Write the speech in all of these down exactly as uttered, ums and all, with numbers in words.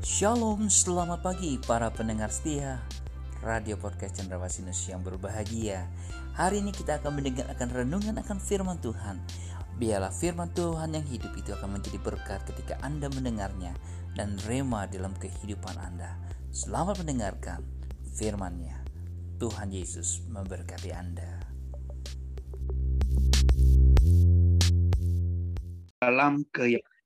Shalom, selamat pagi para pendengar setia Radio Podcast Cenderawasih yang berbahagia. Hari ini kita akan mendengar akan renungan akan firman Tuhan. Biarlah firman Tuhan yang hidup itu akan menjadi berkat ketika Anda mendengarnya dan rema dalam kehidupan Anda. Selamat mendengarkan firman-Nya. Tuhan Yesus memberkati Anda. Dalam keyakinan.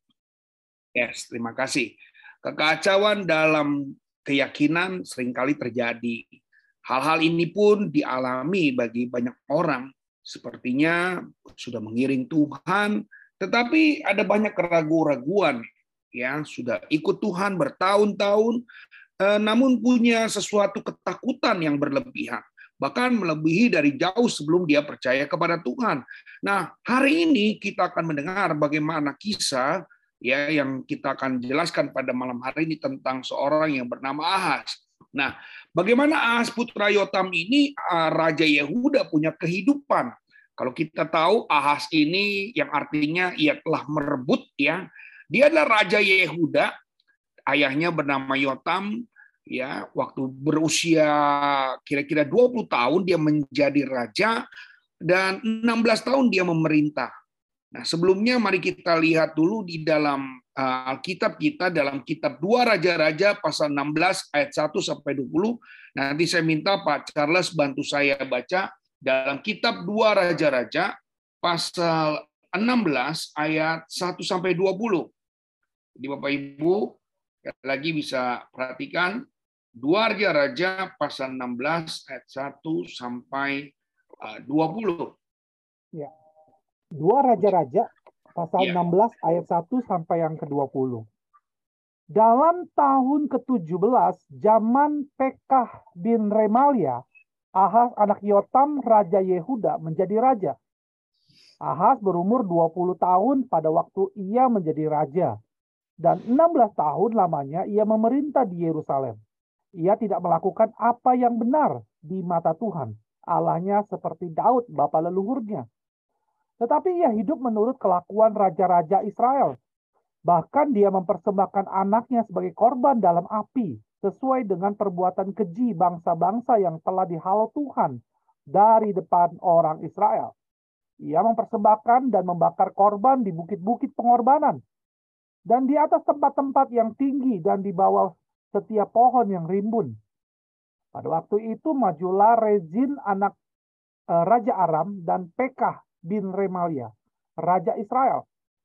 Yes, terima kasih. Kekacauan dalam keyakinan seringkali terjadi. Hal-hal ini pun dialami bagi banyak orang. Sepertinya sudah mengiring Tuhan, tetapi ada banyak keraguan-raguan. Ya, sudah ikut Tuhan bertahun-tahun, namun punya sesuatu ketakutan yang berlebihan. Bahkan melebihi dari jauh sebelum dia percaya kepada Tuhan. Nah, hari ini kita akan mendengar bagaimana kisah ya yang kita akan jelaskan pada malam hari ini tentang seorang yang bernama Ahaz. Nah, bagaimana Ahaz putra Yotam ini raja Yehuda punya kehidupan. Kalau kita tahu Ahaz ini yang artinya ia telah merebut ya. Dia adalah raja Yehuda. Ayahnya bernama Yotam ya, waktu berusia kira-kira dua puluh tahun dia menjadi raja dan enam belas tahun dia memerintah. Nah, sebelumnya mari kita lihat dulu di dalam Alkitab uh, kita dalam kitab dua Raja-Raja pasal enam belas ayat satu sampai dua puluh. Nanti saya minta Pak Charles bantu saya baca dalam kitab dua Raja-Raja pasal enam belas ayat satu sampai dua puluh. Jadi Bapak Ibu lagi bisa perhatikan dua Raja-Raja pasal enam belas ayat satu sampai dua puluh. Ya. Dua Raja-Raja pasal Ya. enam belas ayat satu sampai yang ke dua puluh. Dalam tahun ketujuh belas zaman Pekah bin Remalia, Ahaz anak Yotam raja Yehuda menjadi raja. Ahaz berumur dua puluh tahun pada waktu ia menjadi raja, dan enam belas tahun lamanya ia memerintah di Yerusalem. Ia tidak melakukan apa yang benar di mata Tuhan, Allahnya seperti Daud bapa leluhurnya. Tetapi ia hidup menurut kelakuan raja-raja Israel. Bahkan dia mempersembahkan anaknya sebagai korban dalam api, sesuai dengan perbuatan keji bangsa-bangsa yang telah dihalau Tuhan dari depan orang Israel. Ia mempersembahkan dan membakar korban di bukit-bukit pengorbanan, dan di atas tempat-tempat yang tinggi dan di bawah setiap pohon yang rimbun. Pada waktu itu majulah Rezin anak eh, Raja Aram dan Pekah bin Remalia, raja Israel,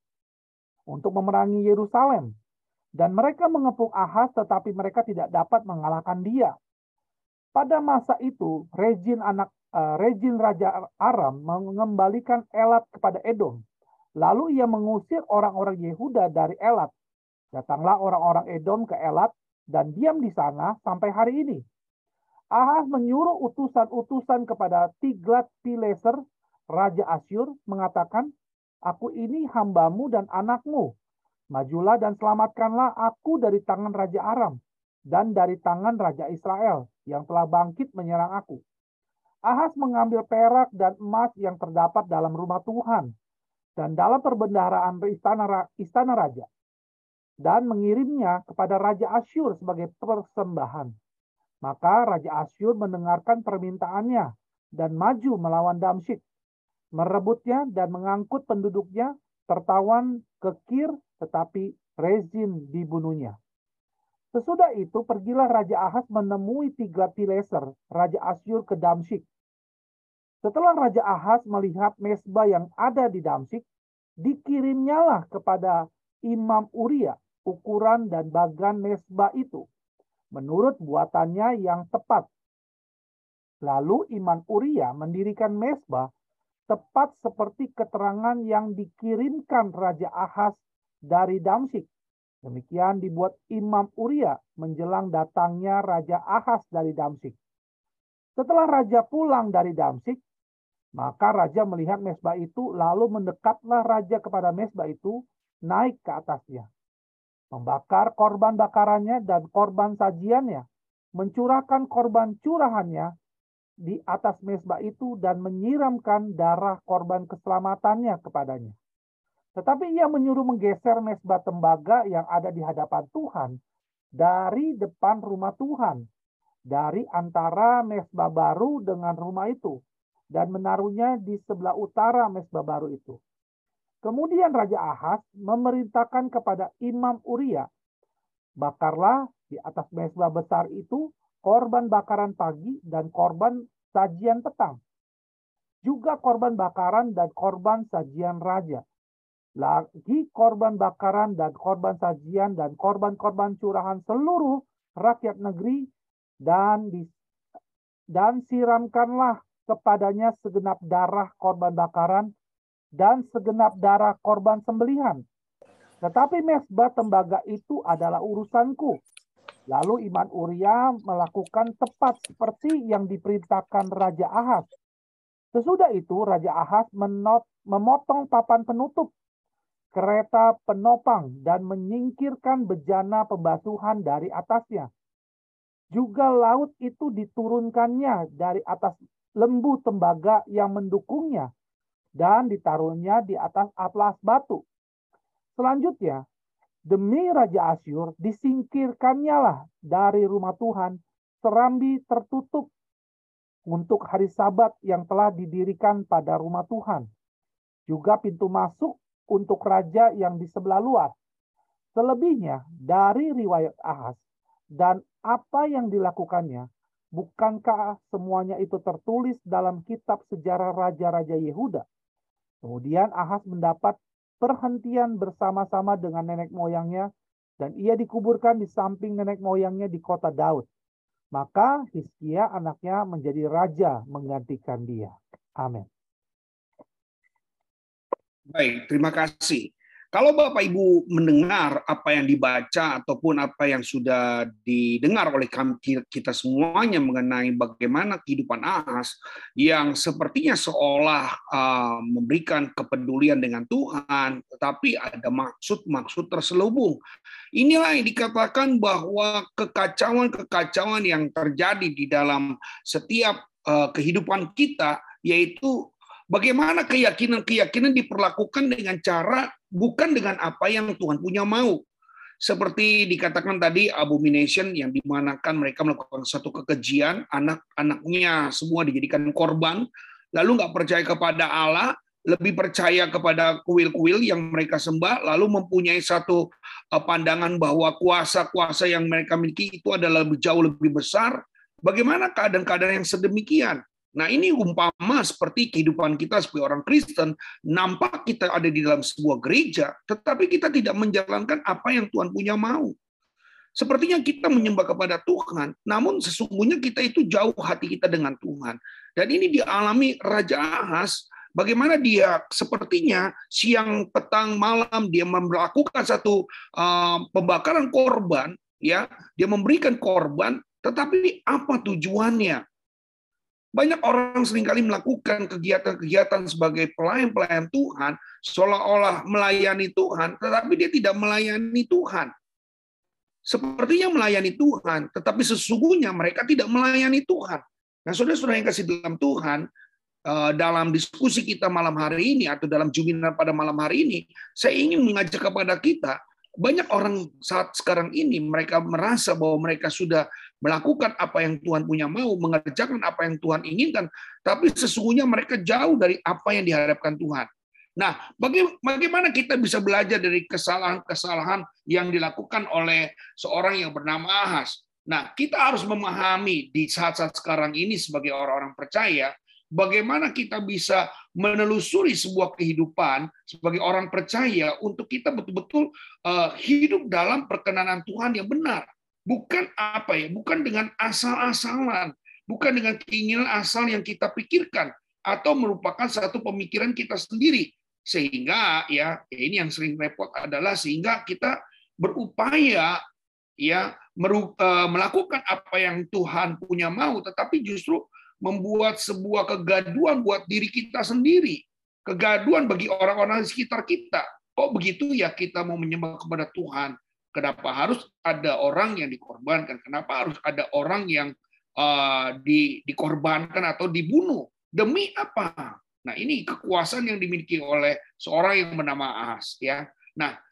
untuk memerangi Yerusalem. Dan mereka mengepung Ahaz, tetapi mereka tidak dapat mengalahkan dia. Pada masa itu, Rezin anak uh, Rezin raja Aram mengembalikan Elat kepada Edom. Lalu ia mengusir orang-orang Yehuda dari Elat. Datanglah orang-orang Edom ke Elat dan diam di sana sampai hari ini. Ahaz menyuruh utusan-utusan kepada Tiglat-Pileser Raja Asyur mengatakan, aku ini hambamu dan anakmu. Majulah dan selamatkanlah aku dari tangan Raja Aram dan dari tangan Raja Israel yang telah bangkit menyerang aku. Ahaz mengambil perak dan emas yang terdapat dalam rumah Tuhan dan dalam perbendaharaan istana, istana raja dan mengirimnya kepada Raja Asyur sebagai persembahan. Maka Raja Asyur mendengarkan permintaannya dan maju melawan Damsyik, merebutnya dan mengangkut penduduknya, tertawan ke Kir, tetapi Rezin dibunuhnya. Sesudah itu pergilah Raja Ahaz menemui Tiglat-Pileser, Raja Asyur ke Damsyik. Setelah Raja Ahaz melihat mezbah yang ada di Damsyik, dikirimnyalah kepada Imam Uria ukuran dan bagan mezbah itu, menurut buatannya yang tepat. Lalu Imam Uria mendirikan mezbah tepat seperti keterangan yang dikirimkan Raja Ahaz dari Damsyik. Demikian dibuat Imam Uria menjelang datangnya Raja Ahaz dari Damsyik. Setelah Raja pulang dari Damsyik, maka Raja melihat mezbah itu, lalu mendekatlah Raja kepada mezbah itu, naik ke atasnya, membakar korban bakarannya dan korban sajiannya, mencurahkan korban curahannya di atas mezbah itu dan menyiramkan darah korban keselamatannya kepadanya. Tetapi ia menyuruh menggeser mezbah tembaga yang ada di hadapan Tuhan dari depan rumah Tuhan, dari antara mezbah baru dengan rumah itu, dan menaruhnya di sebelah utara mezbah baru itu. Kemudian Raja Ahaz memerintahkan kepada Imam Uria, bakarlah di atas mezbah besar itu korban bakaran pagi dan korban sajian petang, juga korban bakaran dan korban sajian raja, lagi korban bakaran dan korban sajian dan korban-korban curahan seluruh rakyat negeri, dan di, dan siramkanlah kepadanya segenap darah korban bakaran dan segenap darah korban sembelihan. Tetapi mezbah tembaga itu adalah urusanku. Lalu Imam Uria melakukan tepat seperti yang diperintahkan Raja Ahaz. Sesudah itu Raja Ahaz menot, memotong papan penutup, kereta penopang, dan menyingkirkan bejana pembasuhan dari atasnya. Juga laut itu diturunkannya dari atas lembu tembaga yang mendukungnya, dan ditaruhnya di atas atlas batu. Selanjutnya, demi Raja Asyur disingkirkannya lah dari rumah Tuhan serambi tertutup untuk hari Sabat yang telah didirikan pada rumah Tuhan, juga pintu masuk untuk raja yang di sebelah luar. Selebihnya dari riwayat Ahaz dan apa yang dilakukannya, bukankah semuanya itu tertulis dalam kitab sejarah raja-raja Yehuda? Kemudian Ahaz mendapat perhentian bersama-sama dengan nenek moyangnya, dan ia dikuburkan di samping nenek moyangnya di kota Daud. Maka Hizkia anaknya menjadi raja menggantikan dia. Amin. Baik, terima kasih. Kalau Bapak Ibu mendengar apa yang dibaca ataupun apa yang sudah didengar oleh kita semuanya mengenai bagaimana kehidupan Ahaz yang sepertinya seolah uh, memberikan kepedulian dengan Tuhan, tetapi ada maksud-maksud terselubung. Inilah yang dikatakan bahwa kekacauan-kekacauan yang terjadi di dalam setiap uh, kehidupan kita, yaitu bagaimana keyakinan-keyakinan diperlakukan dengan cara bukan dengan apa yang Tuhan punya mau. Seperti dikatakan tadi, abomination, yang dimanakan mereka melakukan satu kekejian, anak-anaknya semua dijadikan korban, lalu nggak percaya kepada Allah, lebih percaya kepada kuil-kuil yang mereka sembah, lalu mempunyai satu pandangan bahwa kuasa-kuasa yang mereka miliki itu adalah lebih jauh lebih besar. Bagaimana keadaan-keadaan yang sedemikian? Nah, ini umpama seperti kehidupan kita sebagai orang Kristen, nampak kita ada di dalam sebuah gereja, tetapi kita tidak menjalankan apa yang Tuhan punya mau. Sepertinya kita menyembah kepada Tuhan, namun sesungguhnya kita itu jauh hati kita dengan Tuhan. Dan ini dialami Raja Ahaz, bagaimana dia sepertinya siang, petang, malam, dia melakukan satu uh, pembakaran korban, ya, dia memberikan korban, tetapi apa tujuannya? Banyak orang seringkali melakukan kegiatan-kegiatan sebagai pelayan-pelayan Tuhan, seolah-olah melayani Tuhan, tetapi dia tidak melayani Tuhan. Sepertinya melayani Tuhan, tetapi sesungguhnya mereka tidak melayani Tuhan. Nah, saudara-saudara yang kasih dalam Tuhan, dalam diskusi kita malam hari ini, atau dalam juminan pada malam hari ini, saya ingin mengajak kepada kita, banyak orang saat sekarang ini, mereka merasa bahwa mereka sudah melakukan apa yang Tuhan punya mau, mengerjakan apa yang Tuhan inginkan, tapi sesungguhnya mereka jauh dari apa yang diharapkan Tuhan. Nah, bagaimana kita bisa belajar dari kesalahan-kesalahan yang dilakukan oleh seorang yang bernama Ahaz? Nah, kita harus memahami di saat-saat sekarang ini sebagai orang-orang percaya, bagaimana kita bisa menelusuri sebuah kehidupan sebagai orang percaya untuk kita betul-betul uh, hidup dalam perkenanan Tuhan yang benar. Bukan apa ya, bukan dengan asal-asalan, bukan dengan keinginan asal yang kita pikirkan atau merupakan satu pemikiran kita sendiri. Sehingga ya, ini yang sering repot adalah sehingga kita berupaya ya meru, uh, melakukan apa yang Tuhan punya mau, tetapi justru membuat sebuah kegaduhan buat diri kita sendiri. Kegaduhan bagi orang-orang di sekitar kita. Kok begitu ya kita mau menyembah kepada Tuhan? Kenapa harus ada orang yang dikorbankan? Kenapa harus ada orang yang uh, di, dikorbankan atau dibunuh? Demi apa? Nah, ini kekuasaan yang dimiliki oleh seorang yang bernama Ahaz. Ya. Nah,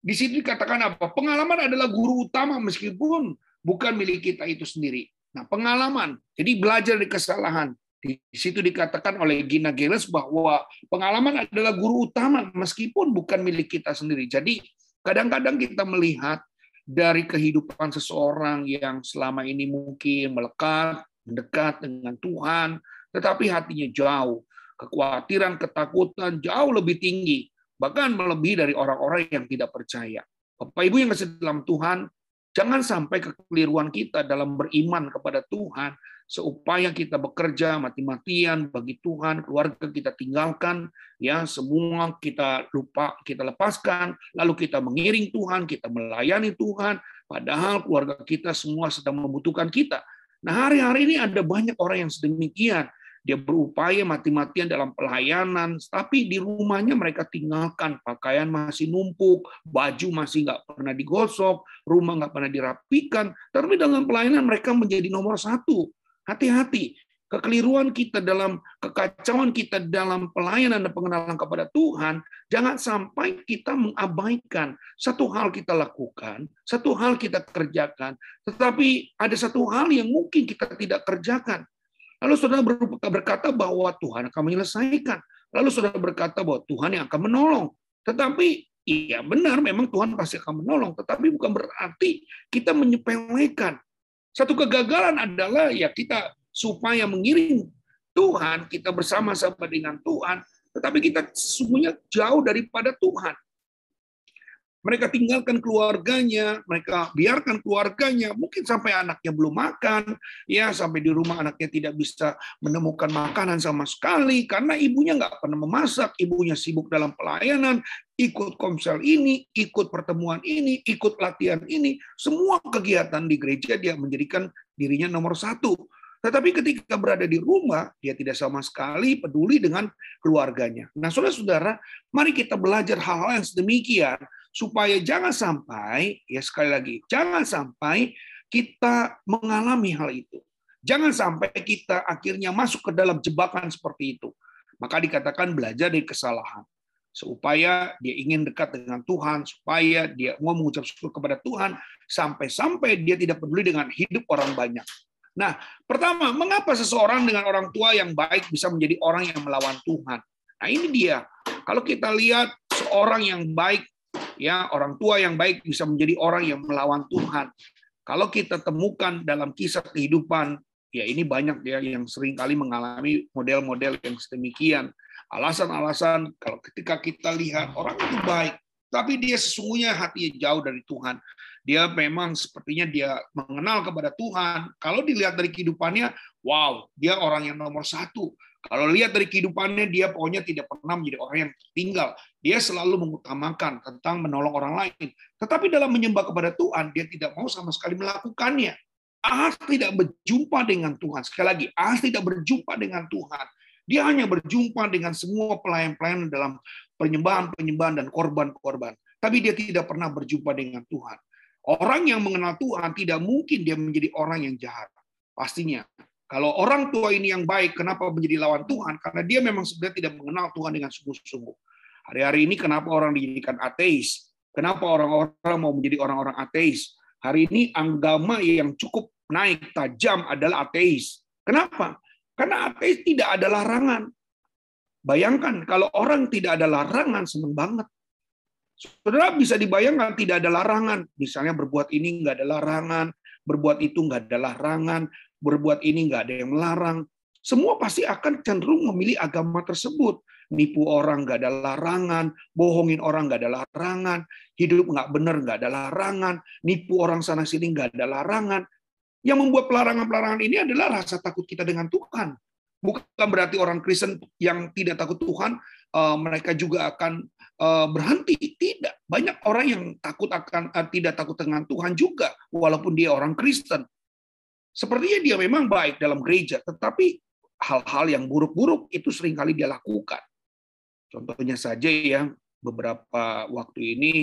Di situ dikatakan apa? Pengalaman adalah guru utama meskipun bukan milik kita itu sendiri. Nah, pengalaman. Jadi belajar dari kesalahan. Di situ dikatakan oleh Gina Geles bahwa pengalaman adalah guru utama meskipun bukan milik kita sendiri. Jadi kadang-kadang kita melihat dari kehidupan seseorang yang selama ini mungkin melekat, mendekat dengan Tuhan, tetapi hatinya jauh. Kekhawatiran, ketakutan jauh lebih tinggi. Bahkan melebihi dari orang-orang yang tidak percaya. Bapak Ibu yang kasih dalam Tuhan, jangan sampai kekeliruan kita dalam beriman kepada Tuhan, seupaya kita bekerja mati-matian bagi Tuhan, keluarga kita tinggalkan, ya semua kita lupa, kita lepaskan, lalu kita mengiring Tuhan, kita melayani Tuhan, padahal keluarga kita semua sedang membutuhkan kita. Nah, hari-hari ini ada banyak orang yang sedemikian. Dia berupaya mati-matian dalam pelayanan, tapi di rumahnya mereka tinggalkan, pakaian masih numpuk, baju masih nggak pernah digosok, rumah nggak pernah dirapikan, tapi dalam pelayanan mereka menjadi nomor satu. Hati-hati, kekeliruan kita dalam, kekacauan kita dalam pelayanan dan pengenalan kepada Tuhan, jangan sampai kita mengabaikan satu hal kita lakukan, satu hal kita kerjakan, tetapi ada satu hal yang mungkin kita tidak kerjakan. Lalu saudara berkata bahwa Tuhan akan menyelesaikan. Lalu saudara berkata bahwa Tuhan yang akan menolong. Tetapi iya benar memang Tuhan pasti akan menolong. Tetapi bukan berarti kita menyepelekan. Satu kegagalan adalah ya kita supaya mengiring Tuhan, kita bersama-sama dengan Tuhan. Tetapi kita sesungguhnya jauh daripada Tuhan. Mereka tinggalkan keluarganya, mereka biarkan keluarganya, mungkin sampai anaknya belum makan, ya sampai di rumah anaknya tidak bisa menemukan makanan sama sekali karena ibunya nggak pernah memasak, ibunya sibuk dalam pelayanan, ikut komsel ini, ikut pertemuan ini, ikut latihan ini, semua kegiatan di gereja dia menjadikan dirinya nomor satu. Tetapi ketika berada di rumah, dia tidak sama sekali peduli dengan keluarganya. Nah, saudara-saudara, mari kita belajar hal-hal yang sedemikian, supaya jangan sampai, ya sekali lagi, jangan sampai kita mengalami hal itu. Jangan sampai kita akhirnya masuk ke dalam jebakan seperti itu. Maka dikatakan belajar dari kesalahan. Supaya dia ingin dekat dengan Tuhan, supaya dia mau mengucap syukur kepada Tuhan, sampai-sampai dia tidak peduli dengan hidup orang banyak. Nah, pertama, mengapa seseorang dengan orang tua yang baik bisa menjadi orang yang melawan Tuhan? Nah, ini dia. Kalau kita lihat seorang yang baik, ya orang tua yang baik bisa menjadi orang yang melawan Tuhan. Kalau kita temukan dalam kisah kehidupan, ya ini banyak ya yang sering kali mengalami model-model yang sedemikian. Alasan-alasan kalau ketika kita lihat orang itu baik, tapi dia sesungguhnya hatinya jauh dari Tuhan. Dia memang sepertinya dia mengenal kepada Tuhan. Kalau dilihat dari kehidupannya, wow, dia orang yang nomor satu. Kalau lihat dari kehidupannya, dia pokoknya tidak pernah menjadi orang yang tertinggal. Dia selalu mengutamakan tentang menolong orang lain. Tetapi dalam menyembah kepada Tuhan, dia tidak mau sama sekali melakukannya. Ahaz tidak berjumpa dengan Tuhan. Sekali lagi, Ahaz tidak berjumpa dengan Tuhan. Dia hanya berjumpa dengan semua pelayan-pelayan dalam penyembahan-penyembahan dan korban-korban. Tapi dia tidak pernah berjumpa dengan Tuhan. Orang yang mengenal Tuhan tidak mungkin dia menjadi orang yang jahat. Pastinya. Kalau orang tua ini yang baik, kenapa menjadi lawan Tuhan? Karena dia memang sebenarnya tidak mengenal Tuhan dengan sungguh-sungguh. Hari-hari ini kenapa orang dijadikan ateis? Kenapa orang-orang mau menjadi orang-orang ateis? Hari ini agama yang cukup naik tajam adalah ateis. Kenapa? Karena ateis tidak ada larangan. Bayangkan kalau orang tidak ada larangan, senang banget. Saudara bisa dibayangkan tidak ada larangan. Misalnya berbuat ini nggak ada larangan, berbuat itu nggak ada larangan, berbuat ini nggak ada yang melarang. Semua pasti akan cenderung memilih agama tersebut. Nipu orang nggak ada larangan, bohongin orang nggak ada larangan, hidup nggak benar nggak ada larangan, nipu orang sana sini nggak ada larangan. Yang membuat pelarangan-pelarangan ini adalah rasa takut kita dengan Tuhan. Bukan berarti orang Kristen yang tidak takut Tuhan, mereka juga akan berhenti. Tidak. Banyak orang yang takut akan tidak takut dengan Tuhan juga, walaupun dia orang Kristen. Sepertinya dia memang baik dalam gereja, tetapi hal-hal yang buruk-buruk itu seringkali dia lakukan. Contohnya saja ya, beberapa waktu ini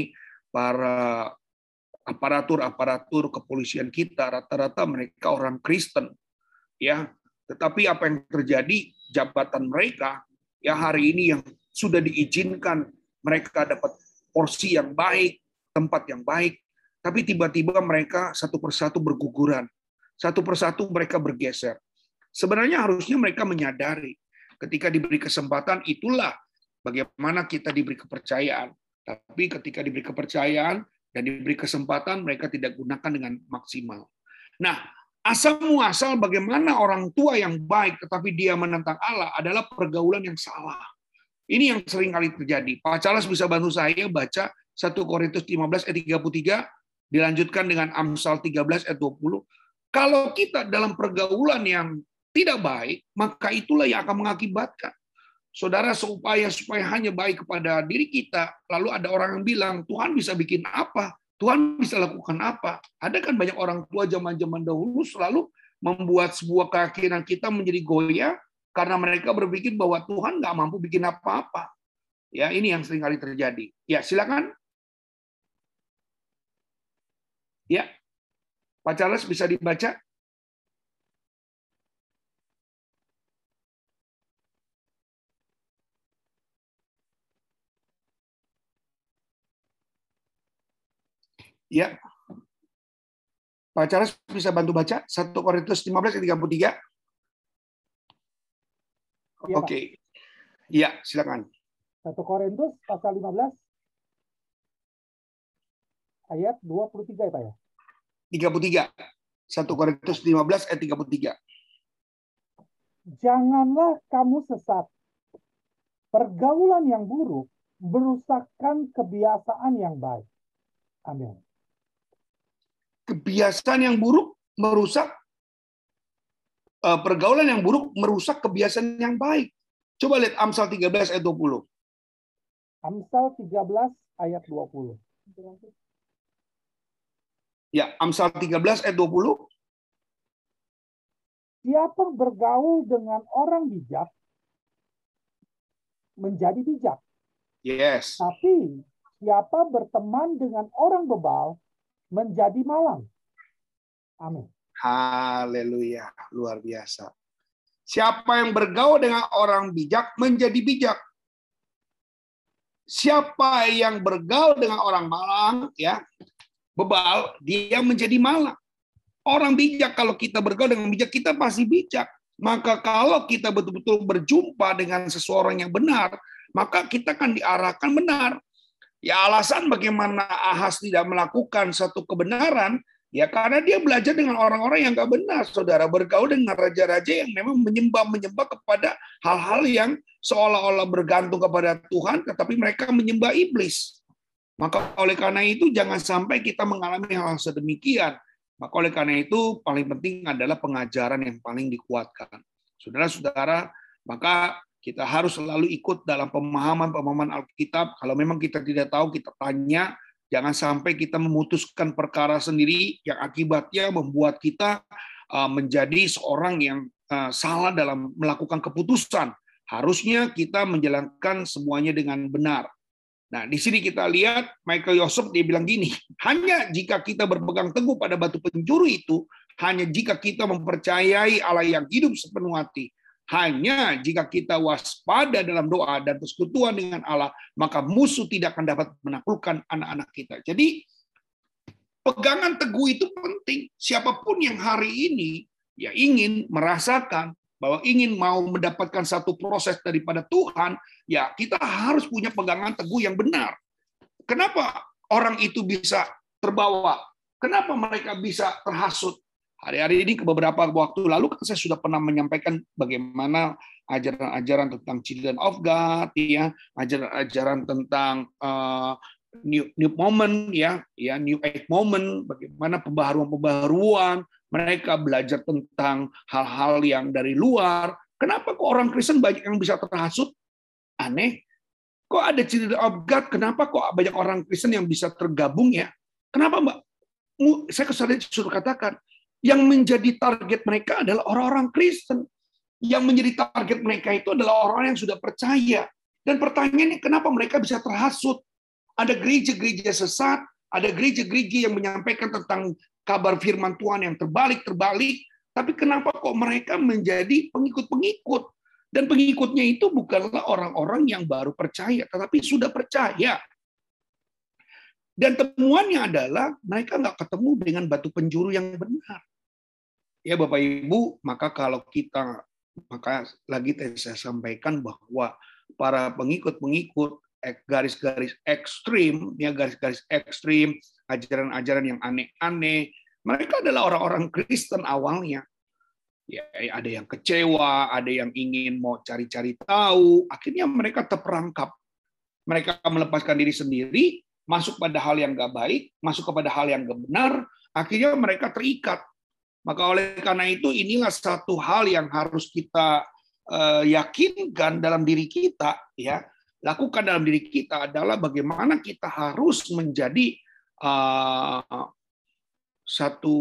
para aparatur-aparatur kepolisian kita rata-rata mereka orang Kristen, ya. Tetapi apa yang terjadi, jabatan mereka ya hari ini yang sudah diizinkan mereka dapat porsi yang baik, tempat yang baik, tapi tiba-tiba mereka satu persatu berguguran. Satu persatu mereka bergeser. Sebenarnya harusnya mereka menyadari ketika diberi kesempatan itulah bagaimana kita diberi kepercayaan. Tapi ketika diberi kepercayaan dan diberi kesempatan, mereka tidak gunakan dengan maksimal. Nah, asal muasal bagaimana orang tua yang baik tetapi dia menentang Allah adalah pergaulan yang salah. Ini yang sering kali terjadi. Pak Charles bisa bantu saya baca satu Korintus lima belas ayat tiga puluh tiga, dilanjutkan dengan Amsal tiga belas ayat dua puluh. Kalau kita dalam pergaulan yang tidak baik, maka itulah yang akan mengakibatkan. Saudara, supaya supaya hanya baik kepada diri kita, lalu ada orang yang bilang, Tuhan bisa bikin apa? Tuhan bisa lakukan apa? Ada kan banyak orang tua zaman-zaman dahulu selalu membuat sebuah keyakinan kita menjadi goyah karena mereka berpikir bahwa Tuhan nggak mampu bikin apa-apa. Ya, ini yang sering kali terjadi. Ya, silakan. Ya, Pak Charles bisa dibaca. Ya, Pak Charles bisa bantu baca satu Korintus lima belas ayat tiga puluh tiga. Ya, Oke. Iya, silakan. satu Korintus pasal lima belas ayat dua puluh tiga ya, Pak ya? tiga puluh tiga. satu Korintus lima belas ayat tiga puluh tiga. Janganlah kamu sesat. Pergaulan yang buruk merusakkan kebiasaan yang baik. Amin. Kebiasaan yang buruk merusak pergaulan yang buruk merusak kebiasaan yang baik. Coba lihat Amsal tiga belas ayat dua puluh. Amsal tiga belas ayat dua puluh. Ya, Amsal tiga belas ayat dua puluh. Siapa bergaul dengan orang bijak menjadi bijak. Yes. Tapi siapa berteman dengan orang bebal menjadi malang. Amin. Haleluya, luar biasa. Siapa yang bergaul dengan orang bijak menjadi bijak. Siapa yang bergaul dengan orang malang, ya, bebal, dia menjadi malang. Orang bijak, kalau kita bergaul dengan bijak, kita pasti bijak. Maka kalau kita betul-betul berjumpa dengan seseorang yang benar, maka kita akan diarahkan benar. Ya, alasan bagaimana Ahaz tidak melakukan satu kebenaran, ya karena dia belajar dengan orang-orang yang nggak benar, saudara, bergaul dengan raja-raja yang memang menyembah-menyembah kepada hal-hal yang seolah-olah bergantung kepada Tuhan, tetapi mereka menyembah iblis. Maka oleh karena itu jangan sampai kita mengalami hal sedemikian. Maka oleh karena itu paling penting adalah pengajaran yang paling dikuatkan. Saudara-saudara, maka kita harus selalu ikut dalam pemahaman-pemahaman Alkitab. Kalau memang kita tidak tahu, kita tanya. Jangan sampai kita memutuskan perkara sendiri yang akibatnya membuat kita menjadi seorang yang salah dalam melakukan keputusan. Harusnya kita menjalankan semuanya dengan benar. Nah, di sini kita lihat Michael Yosef, dia bilang gini, hanya jika kita berpegang teguh pada batu penjuru itu, hanya jika kita mempercayai Allah yang hidup sepenuh hati, hanya jika kita waspada dalam doa dan persekutuan dengan Allah, maka musuh tidak akan dapat menaklukkan anak-anak kita. Jadi, pegangan teguh itu penting. Siapapun yang hari ini ya ingin merasakan bahwa ingin mau mendapatkan satu proses daripada Tuhan, ya kita harus punya pegangan teguh yang benar. Kenapa orang itu bisa terbawa? Kenapa mereka bisa terhasut? Hari-hari ini, ke beberapa waktu lalu, kan saya sudah pernah menyampaikan bagaimana ajaran-ajaran tentang Children of God, ya, ajaran-ajaran tentang uh, new new moment, ya, ya, new age moment, bagaimana pembaharuan-pembaharuan, mereka belajar tentang hal-hal yang dari luar. Kenapa kok orang Kristen banyak yang bisa terhasut? Aneh. Kok ada Children of God? Kenapa kok banyak orang Kristen yang bisa tergabung, ya? Kenapa, Mbak? Saya sudah katakan, yang menjadi target mereka adalah orang-orang Kristen. Yang menjadi target mereka itu adalah orang-orang yang sudah percaya. Dan pertanyaannya, kenapa mereka bisa terhasut? Ada gereja-gereja sesat, ada gereja-gereja yang menyampaikan tentang kabar firman Tuhan yang terbalik-terbalik, tapi kenapa kok mereka menjadi pengikut-pengikut? Dan pengikutnya itu bukanlah orang-orang yang baru percaya, tetapi sudah percaya. Dan temuannya adalah mereka nggak ketemu dengan batu penjuru yang benar. Ya Bapak Ibu, maka kalau kita, maka lagi tadi saya sampaikan bahwa para pengikut-pengikut garis-garis ekstrim, ya garis-garis ekstrim, ajaran-ajaran yang aneh-aneh, mereka adalah orang-orang Kristen awalnya. Ya, ada yang kecewa, ada yang ingin mau cari-cari tahu, akhirnya mereka terperangkap. Mereka melepaskan diri sendiri, masuk pada hal yang nggak baik, masuk kepada hal yang nggak benar, akhirnya mereka terikat. Maka oleh karena itu inilah satu hal yang harus kita uh, yakinkan dalam diri kita, ya, lakukan dalam diri kita adalah bagaimana kita harus menjadi uh, satu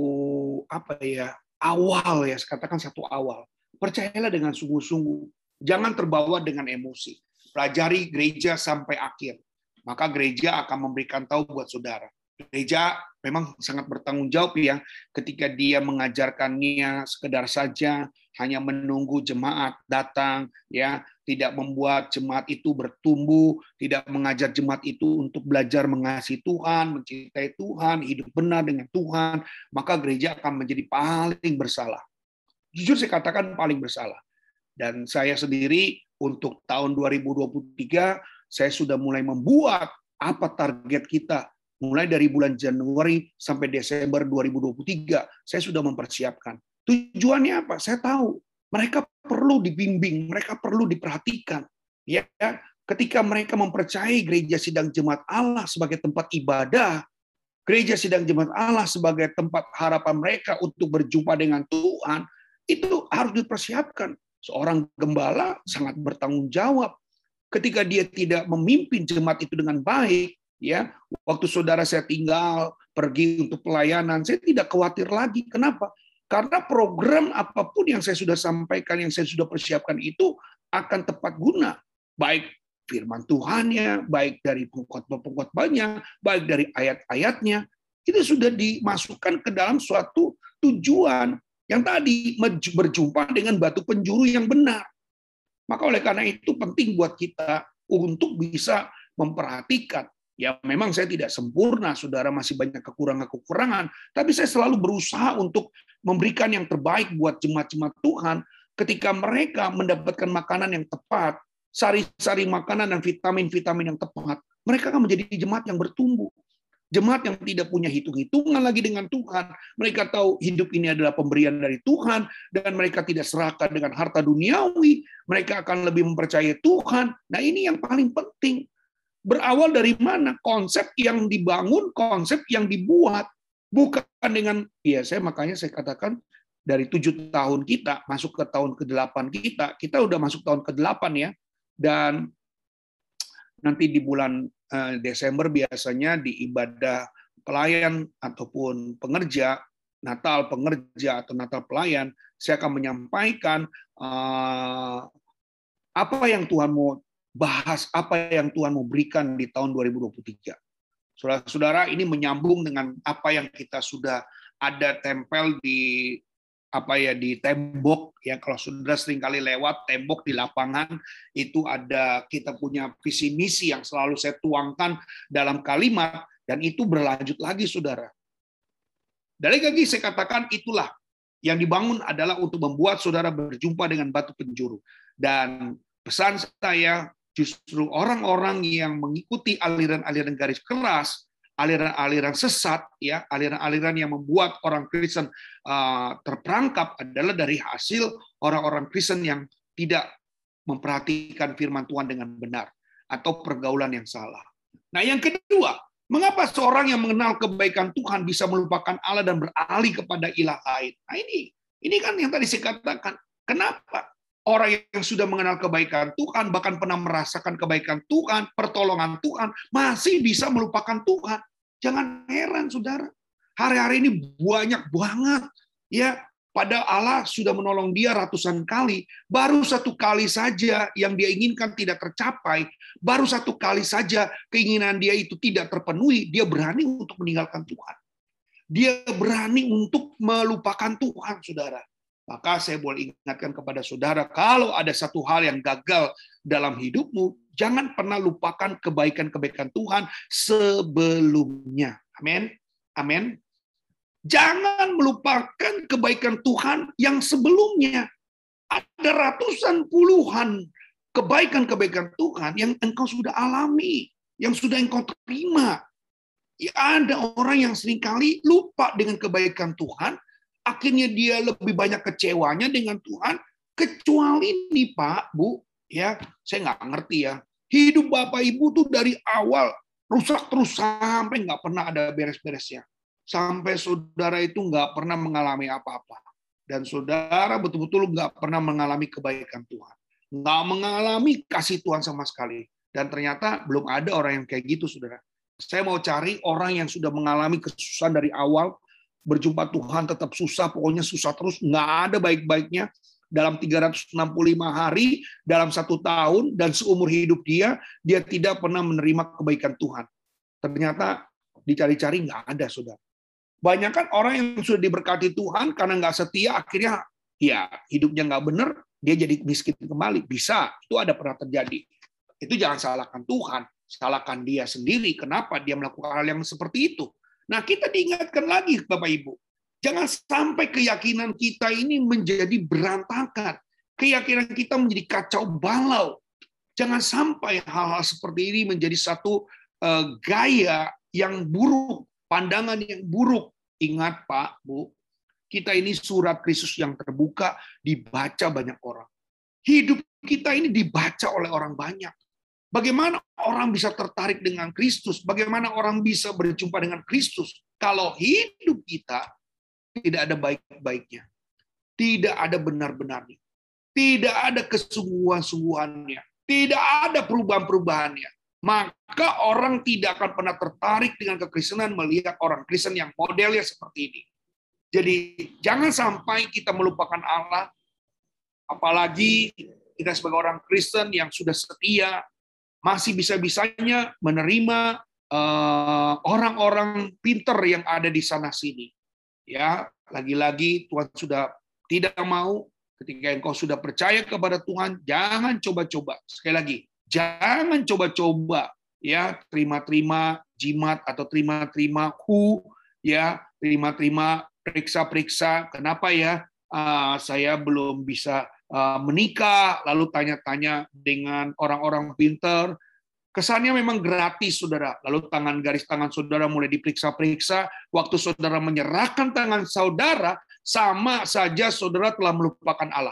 apa ya awal ya, katakan satu awal. Percayalah dengan sungguh-sungguh, jangan terbawa dengan emosi. Pelajari gereja sampai akhir. Maka gereja akan memberikan tahu buat saudara. Gereja memang sangat bertanggung jawab ya, ketika dia mengajarkannya sekedar saja hanya menunggu jemaat datang, ya, tidak membuat jemaat itu bertumbuh, tidak mengajar jemaat itu untuk belajar mengasihi Tuhan, mencintai Tuhan, hidup benar dengan Tuhan, maka gereja akan menjadi paling bersalah. Jujur saya katakan paling bersalah. Dan saya sendiri untuk tahun dua ribu dua puluh tiga saya sudah mulai membuat apa target kita. Mulai dari bulan Januari sampai Desember dua ribu dua puluh tiga, saya sudah mempersiapkan. Tujuannya apa? Saya tahu mereka perlu dibimbing, mereka perlu diperhatikan. Ya, ketika mereka mempercayai gereja sidang jemaat Allah sebagai tempat ibadah, gereja sidang jemaat Allah sebagai tempat harapan mereka untuk berjumpa dengan Tuhan, itu harus dipersiapkan. Seorang gembala sangat bertanggung jawab. Ketika dia tidak memimpin jemaat itu dengan baik, ya, waktu saudara saya tinggal pergi untuk pelayanan, saya tidak khawatir lagi. Kenapa? Karena program apapun yang saya sudah sampaikan, yang saya sudah persiapkan itu akan tepat guna. Baik firman Tuhannya, baik dari pengkhotbah-pengkhotbahnya, baik dari ayat-ayatnya, itu sudah dimasukkan ke dalam suatu tujuan yang tadi berjumpa dengan batu penjuru yang benar. Maka oleh karena itu penting buat kita untuk bisa memperhatikan. Ya memang saya tidak sempurna, saudara, masih banyak kekurangan-kekurangan, tapi saya selalu berusaha untuk memberikan yang terbaik buat jemaat-jemaat Tuhan ketika mereka mendapatkan makanan yang tepat, sari-sari makanan dan vitamin-vitamin yang tepat, mereka akan menjadi jemaat yang bertumbuh. Jemaat yang tidak punya hitung-hitungan lagi dengan Tuhan. Mereka tahu hidup ini adalah pemberian dari Tuhan, dan mereka tidak serakah dengan harta duniawi. Mereka akan lebih mempercayai Tuhan. Nah ini yang paling penting. Berawal dari mana? Konsep yang dibangun, konsep yang dibuat. Bukan dengan, ya saya makanya saya katakan, dari tujuh tahun kita, masuk ke tahun ke delapan kita, kita udah masuk tahun ke delapan ya, dan nanti di bulan Desember biasanya di ibadah pelayan ataupun pengerja, Natal pengerja atau Natal pelayan, saya akan menyampaikan uh, apa yang Tuhan mau bahas, apa yang Tuhan mau berikan di tahun dua ribu dua puluh tiga. Saudara-saudara, ini menyambung dengan apa yang kita sudah ada tempel di apa ya di tembok ya. Kalau saudara seringkali lewat tembok di lapangan, itu ada kita punya visi misi yang selalu saya tuangkan dalam kalimat, dan itu berlanjut lagi saudara. Dari lagi saya katakan itulah yang dibangun adalah untuk membuat saudara berjumpa dengan batu penjuru. Dan pesan saya justru orang-orang yang mengikuti aliran-aliran garis keras, aliran-aliran sesat, ya, aliran-aliran yang membuat orang Kristen uh, terperangkap adalah dari hasil orang-orang Kristen yang tidak memperhatikan firman Tuhan dengan benar atau pergaulan yang salah. Nah, yang kedua, mengapa seorang yang mengenal kebaikan Tuhan bisa melupakan Allah dan beralih kepada ilah lain? Nah, ini ini kan yang tadi saya katakan. Kenapa? Orang yang sudah mengenal kebaikan Tuhan, bahkan pernah merasakan kebaikan Tuhan, pertolongan Tuhan, masih bisa melupakan Tuhan. Jangan heran, saudara. Hari-hari ini banyak banget, ya. Padahal Allah sudah menolong dia ratusan kali. Baru satu kali saja yang dia inginkan tidak tercapai. Baru satu kali saja keinginan dia itu tidak terpenuhi. Dia berani untuk meninggalkan Tuhan. Dia berani untuk melupakan Tuhan, saudara. Maka saya boleh ingatkan kepada saudara, kalau ada satu hal yang gagal dalam hidupmu, Jangan pernah lupakan kebaikan-kebaikan Tuhan sebelumnya. Amin. Amin. Jangan melupakan kebaikan Tuhan yang sebelumnya. Ada ratusan puluhan kebaikan-kebaikan Tuhan yang engkau sudah alami, yang sudah engkau terima. Ya, ada orang yang seringkali lupa dengan kebaikan Tuhan, akhirnya dia lebih banyak kecewanya dengan Tuhan, kecuali nih Pak, Bu, ya saya nggak ngerti ya. Hidup Bapak Ibu tuh dari awal rusak terus sampai nggak pernah ada beres-beresnya. Sampai saudara itu nggak pernah mengalami apa-apa. Dan saudara betul-betul nggak pernah mengalami kebaikan Tuhan. Nggak mengalami kasih Tuhan sama sekali. Dan ternyata belum ada orang yang kayak gitu, saudara. Saya mau cari orang yang sudah mengalami kesusahan dari awal, berjumpa Tuhan tetap susah, pokoknya susah terus, nggak ada baik-baiknya. Dalam tiga ratus enam puluh lima hari, dalam satu tahun, dan seumur hidup dia, dia tidak pernah menerima kebaikan Tuhan. Ternyata dicari-cari nggak ada, saudara. Banyak kan orang yang sudah diberkati Tuhan karena nggak setia, akhirnya ya hidupnya nggak benar, dia jadi miskin kembali. Bisa, itu ada pernah terjadi. Itu jangan salahkan Tuhan, salahkan dia sendiri. Kenapa dia melakukan hal yang seperti itu? Nah, kita diingatkan lagi, Bapak Ibu, jangan sampai keyakinan kita ini menjadi berantakan. Keyakinan kita menjadi kacau balau. Jangan sampai hal-hal seperti ini menjadi satu uh, gaya yang buruk, pandangan yang buruk. Ingat Pak, Bu, kita ini surat Kristus yang terbuka, dibaca banyak orang. Hidup kita ini dibaca oleh orang banyak. Bagaimana orang bisa tertarik dengan Kristus? Bagaimana orang bisa berjumpa dengan Kristus? Kalau hidup kita tidak ada baik-baiknya. Tidak ada benar-benarnya. Tidak ada kesungguhan-sungguhannya. Tidak ada perubahan-perubahannya. Maka orang tidak akan pernah tertarik dengan kekristenan melihat orang Kristen yang modelnya seperti ini. Jadi jangan sampai kita melupakan Allah, apalagi kita sebagai orang Kristen yang sudah setia, masih bisa-bisanya menerima uh, orang-orang pinter yang ada di sana-sini. Ya, lagi-lagi Tuhan sudah tidak mau, ketika engkau sudah percaya kepada Tuhan, jangan coba-coba. Sekali lagi, jangan coba-coba ya terima-terima jimat atau terima-terima hu, ya terima-terima periksa-periksa. Kenapa ya uh, saya belum bisa uh, menikah? Lalu tanya-tanya dengan orang-orang pintar. Kesannya memang gratis, saudara. Lalu tangan garis tangan saudara mulai diperiksa-periksa. Waktu saudara menyerahkan tangan saudara, sama saja saudara telah melupakan Allah.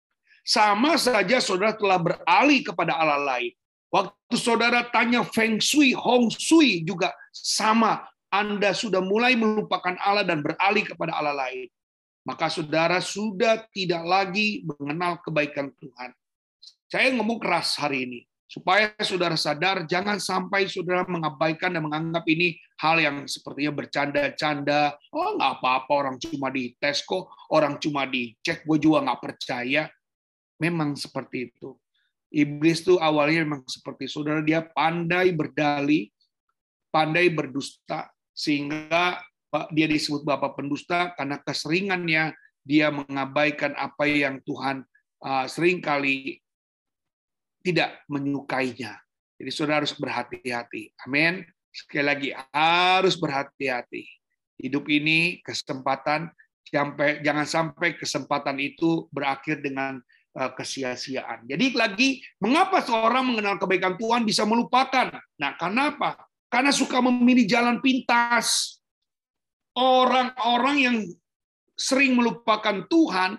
Sama saja saudara telah beralih kepada Allah lain. Waktu saudara tanya Feng Shui, Hong Shui juga sama. Anda sudah mulai melupakan Allah dan beralih kepada Allah lain. Maka saudara sudah tidak lagi mengenal kebaikan Tuhan. Saya ngomong keras hari ini. Supaya saudara sadar, jangan sampai saudara mengabaikan dan menganggap ini hal yang sepertinya bercanda-canda. Oh, nggak apa-apa, orang cuma dites kok, orang cuma dicek, gue juga nggak percaya. Memang seperti itu. Iblis tuh awalnya memang seperti saudara, dia pandai berdalih, pandai berdusta, sehingga dia disebut bapak pendusta karena keseringannya dia mengabaikan apa yang Tuhan uh, seringkali tidak menyukainya. Jadi saudara harus berhati-hati. Amin. Sekali lagi, harus berhati-hati. Hidup ini kesempatan, sampai jangan sampai kesempatan itu berakhir dengan uh, kesia-siaan. Jadi lagi, mengapa seorang mengenal kebaikan Tuhan bisa melupakan? Nah, kenapa? Karena suka memilih jalan pintas. Orang-orang yang sering melupakan Tuhan,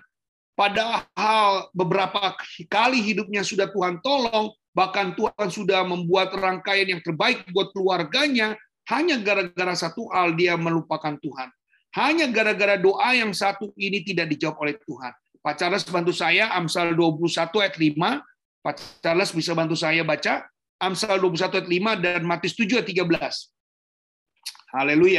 padahal beberapa kali hidupnya sudah Tuhan tolong, bahkan Tuhan sudah membuat rangkaian yang terbaik buat keluarganya, hanya gara-gara satu hal dia melupakan Tuhan. Hanya gara-gara doa yang satu ini tidak dijawab oleh Tuhan. Pak Charles bantu saya, Amsal dua puluh satu ayat lima. Pak Charles bisa bantu saya baca, Amsal dua puluh satu ayat lima dan Matius tujuh ayat tiga belas. Haleluya.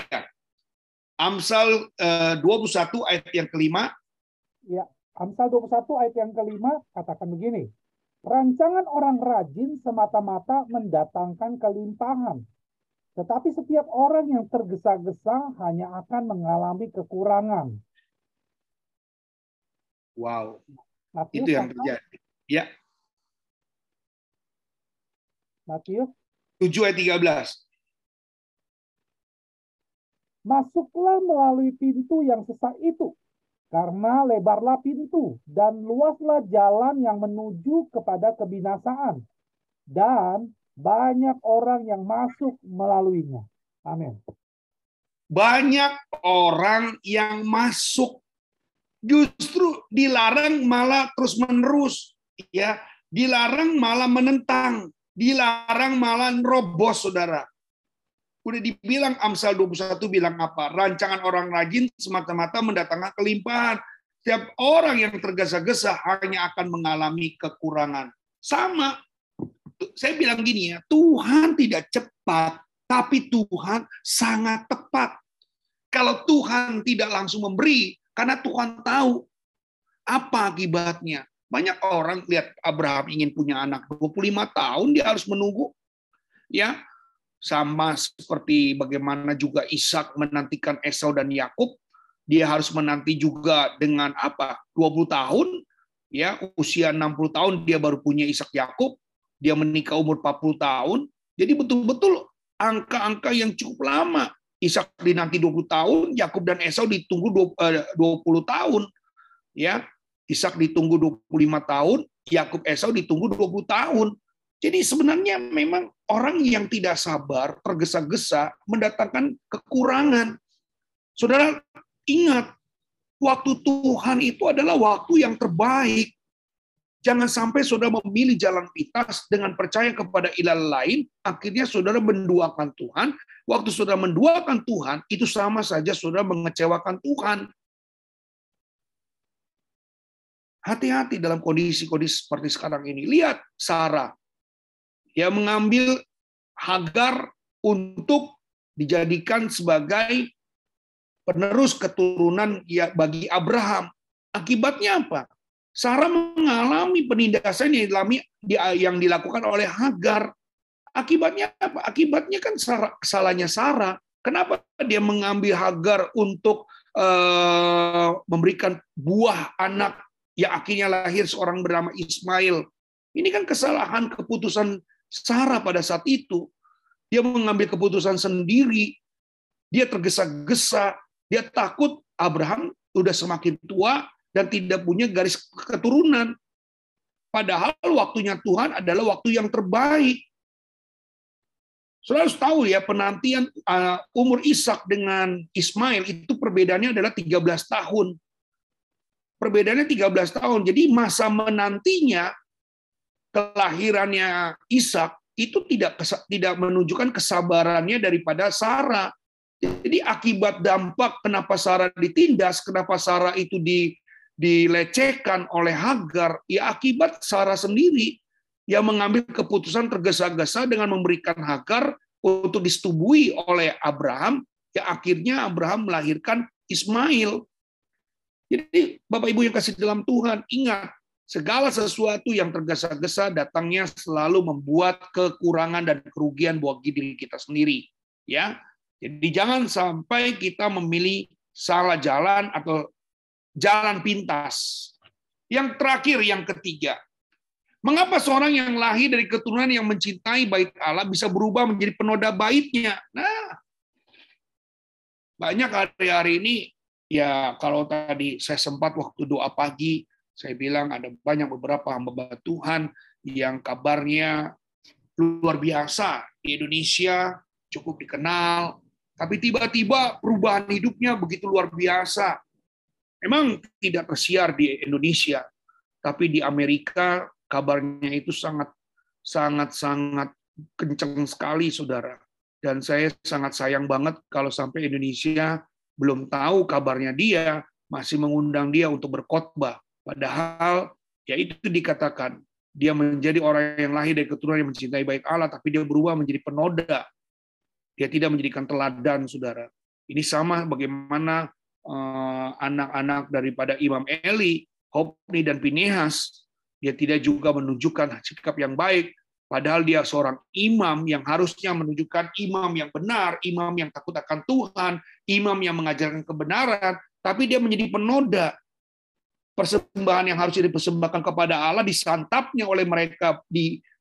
Amsal dua puluh satu ayat yang kelima. Ya. Amsal dua puluh satu ayat yang kelima katakan begini, rancangan orang rajin semata-mata mendatangkan kelimpahan, tetapi setiap orang yang tergesa-gesa hanya akan mengalami kekurangan. Wow, Matius itu yang terjadi. Ya. Matius tujuh ayat tiga belas. Masuklah melalui pintu yang sesak itu, karena lebarlah pintu dan luaslah jalan yang menuju kepada kebinasaan, dan banyak orang yang masuk melaluinya. Amin. Banyak orang yang masuk, justru dilarang malah terus-menerus, ya. Dilarang malah menentang, dilarang malah nerobos, saudara. Udah dibilang Amsal dua puluh satu bilang apa? Rancangan orang rajin semata-mata mendatangkan kelimpahan. Setiap orang yang tergesa-gesa hanya akan mengalami kekurangan. Sama, saya bilang gini ya, Tuhan tidak cepat, tapi Tuhan sangat tepat. Kalau Tuhan tidak langsung memberi, karena Tuhan tahu apa akibatnya. Banyak orang lihat Abraham ingin punya anak dua puluh lima tahun, dia harus menunggu. Ya, sama seperti bagaimana juga Ishak menantikan Esau dan Yakub, dia harus menanti juga dengan apa? dua puluh tahun, ya, usia enam puluh tahun dia baru punya Ishak Yakub, dia menikah umur empat puluh tahun. Jadi betul-betul angka-angka yang cukup lama. Ishak dinanti dua puluh tahun, Yakub dan Esau ditunggu dua puluh tahun. Ya, Ishak ditunggu dua puluh lima tahun, Yakub Esau ditunggu dua puluh tahun. Jadi sebenarnya memang orang yang tidak sabar, tergesa-gesa, mendatangkan kekurangan. Saudara, ingat, waktu Tuhan itu adalah waktu yang terbaik. Jangan sampai saudara memilih jalan pintas dengan percaya kepada ilah lain, akhirnya saudara menduakan Tuhan. Waktu saudara menduakan Tuhan, itu sama saja saudara mengecewakan Tuhan. Hati-hati dalam kondisi-kondisi seperti sekarang ini. Lihat Sarah. Dia mengambil Hagar untuk dijadikan sebagai penerus keturunan ya bagi Abraham. Akibatnya apa? Sarah mengalami penindasan yang dilakukan oleh Hagar. Akibatnya apa? Akibatnya kan kesalahannya Sarah. Kenapa dia mengambil Hagar untuk uh, memberikan buah anak yang akhirnya lahir seorang bernama Ismail? Ini kan kesalahan keputusan Sarah pada saat itu. Dia mengambil keputusan sendiri. Dia tergesa-gesa. Dia takut Abraham sudah semakin tua dan tidak punya garis keturunan. Padahal waktunya Tuhan adalah waktu yang terbaik. Saudara harus tahu ya, penantian uh, umur Ishak dengan Ismail itu perbedaannya adalah tiga belas tahun. Perbedaannya tiga belas tahun. Jadi masa menantinya kelahirannya Ishak itu tidak tidak menunjukkan kesabarannya daripada Sarah. Jadi akibat dampak kenapa Sarah ditindas, kenapa Sarah itu di, dilecehkan oleh Hagar, ya akibat Sarah sendiri yang mengambil keputusan tergesa-gesa dengan memberikan Hagar untuk disetubui oleh Abraham, ya akhirnya Abraham melahirkan Ismail. Jadi Bapak Ibu yang kasih dalam Tuhan, ingat, segala sesuatu yang tergesa-gesa datangnya selalu membuat kekurangan dan kerugian bagi diri kita sendiri. Ya, jadi jangan sampai kita memilih salah jalan atau jalan pintas. Yang terakhir, yang ketiga, mengapa seorang yang lahir dari keturunan yang mencintai bait Allah bisa berubah menjadi penoda baitnya? Nah, banyak hari-hari ini, ya kalau tadi saya sempat waktu doa pagi, saya bilang ada banyak beberapa hamba Tuhan yang kabarnya luar biasa di Indonesia, cukup dikenal, tapi tiba-tiba perubahan hidupnya begitu luar biasa. Memang tidak tersiar di Indonesia, tapi di Amerika kabarnya itu sangat sangat sangat kencang sekali, saudara. Dan saya sangat sayang banget kalau sampai Indonesia belum tahu kabarnya dia, masih mengundang dia untuk berkhotbah. Padahal ya itu dikatakan dia menjadi orang yang lahir dari keturunan yang mencintai baik Allah, tapi dia berubah menjadi penoda. Dia tidak menjadikan teladan, saudara. Ini sama bagaimana anak-anak daripada Imam Eli, Hofni dan Pinehas, dia tidak juga menunjukkan sikap yang baik, padahal dia seorang imam yang harusnya menunjukkan imam yang benar, imam yang takut akan Tuhan, imam yang mengajarkan kebenaran, tapi dia menjadi penoda. Persembahan yang harusnya dipersembahkan kepada Allah disantapnya oleh mereka di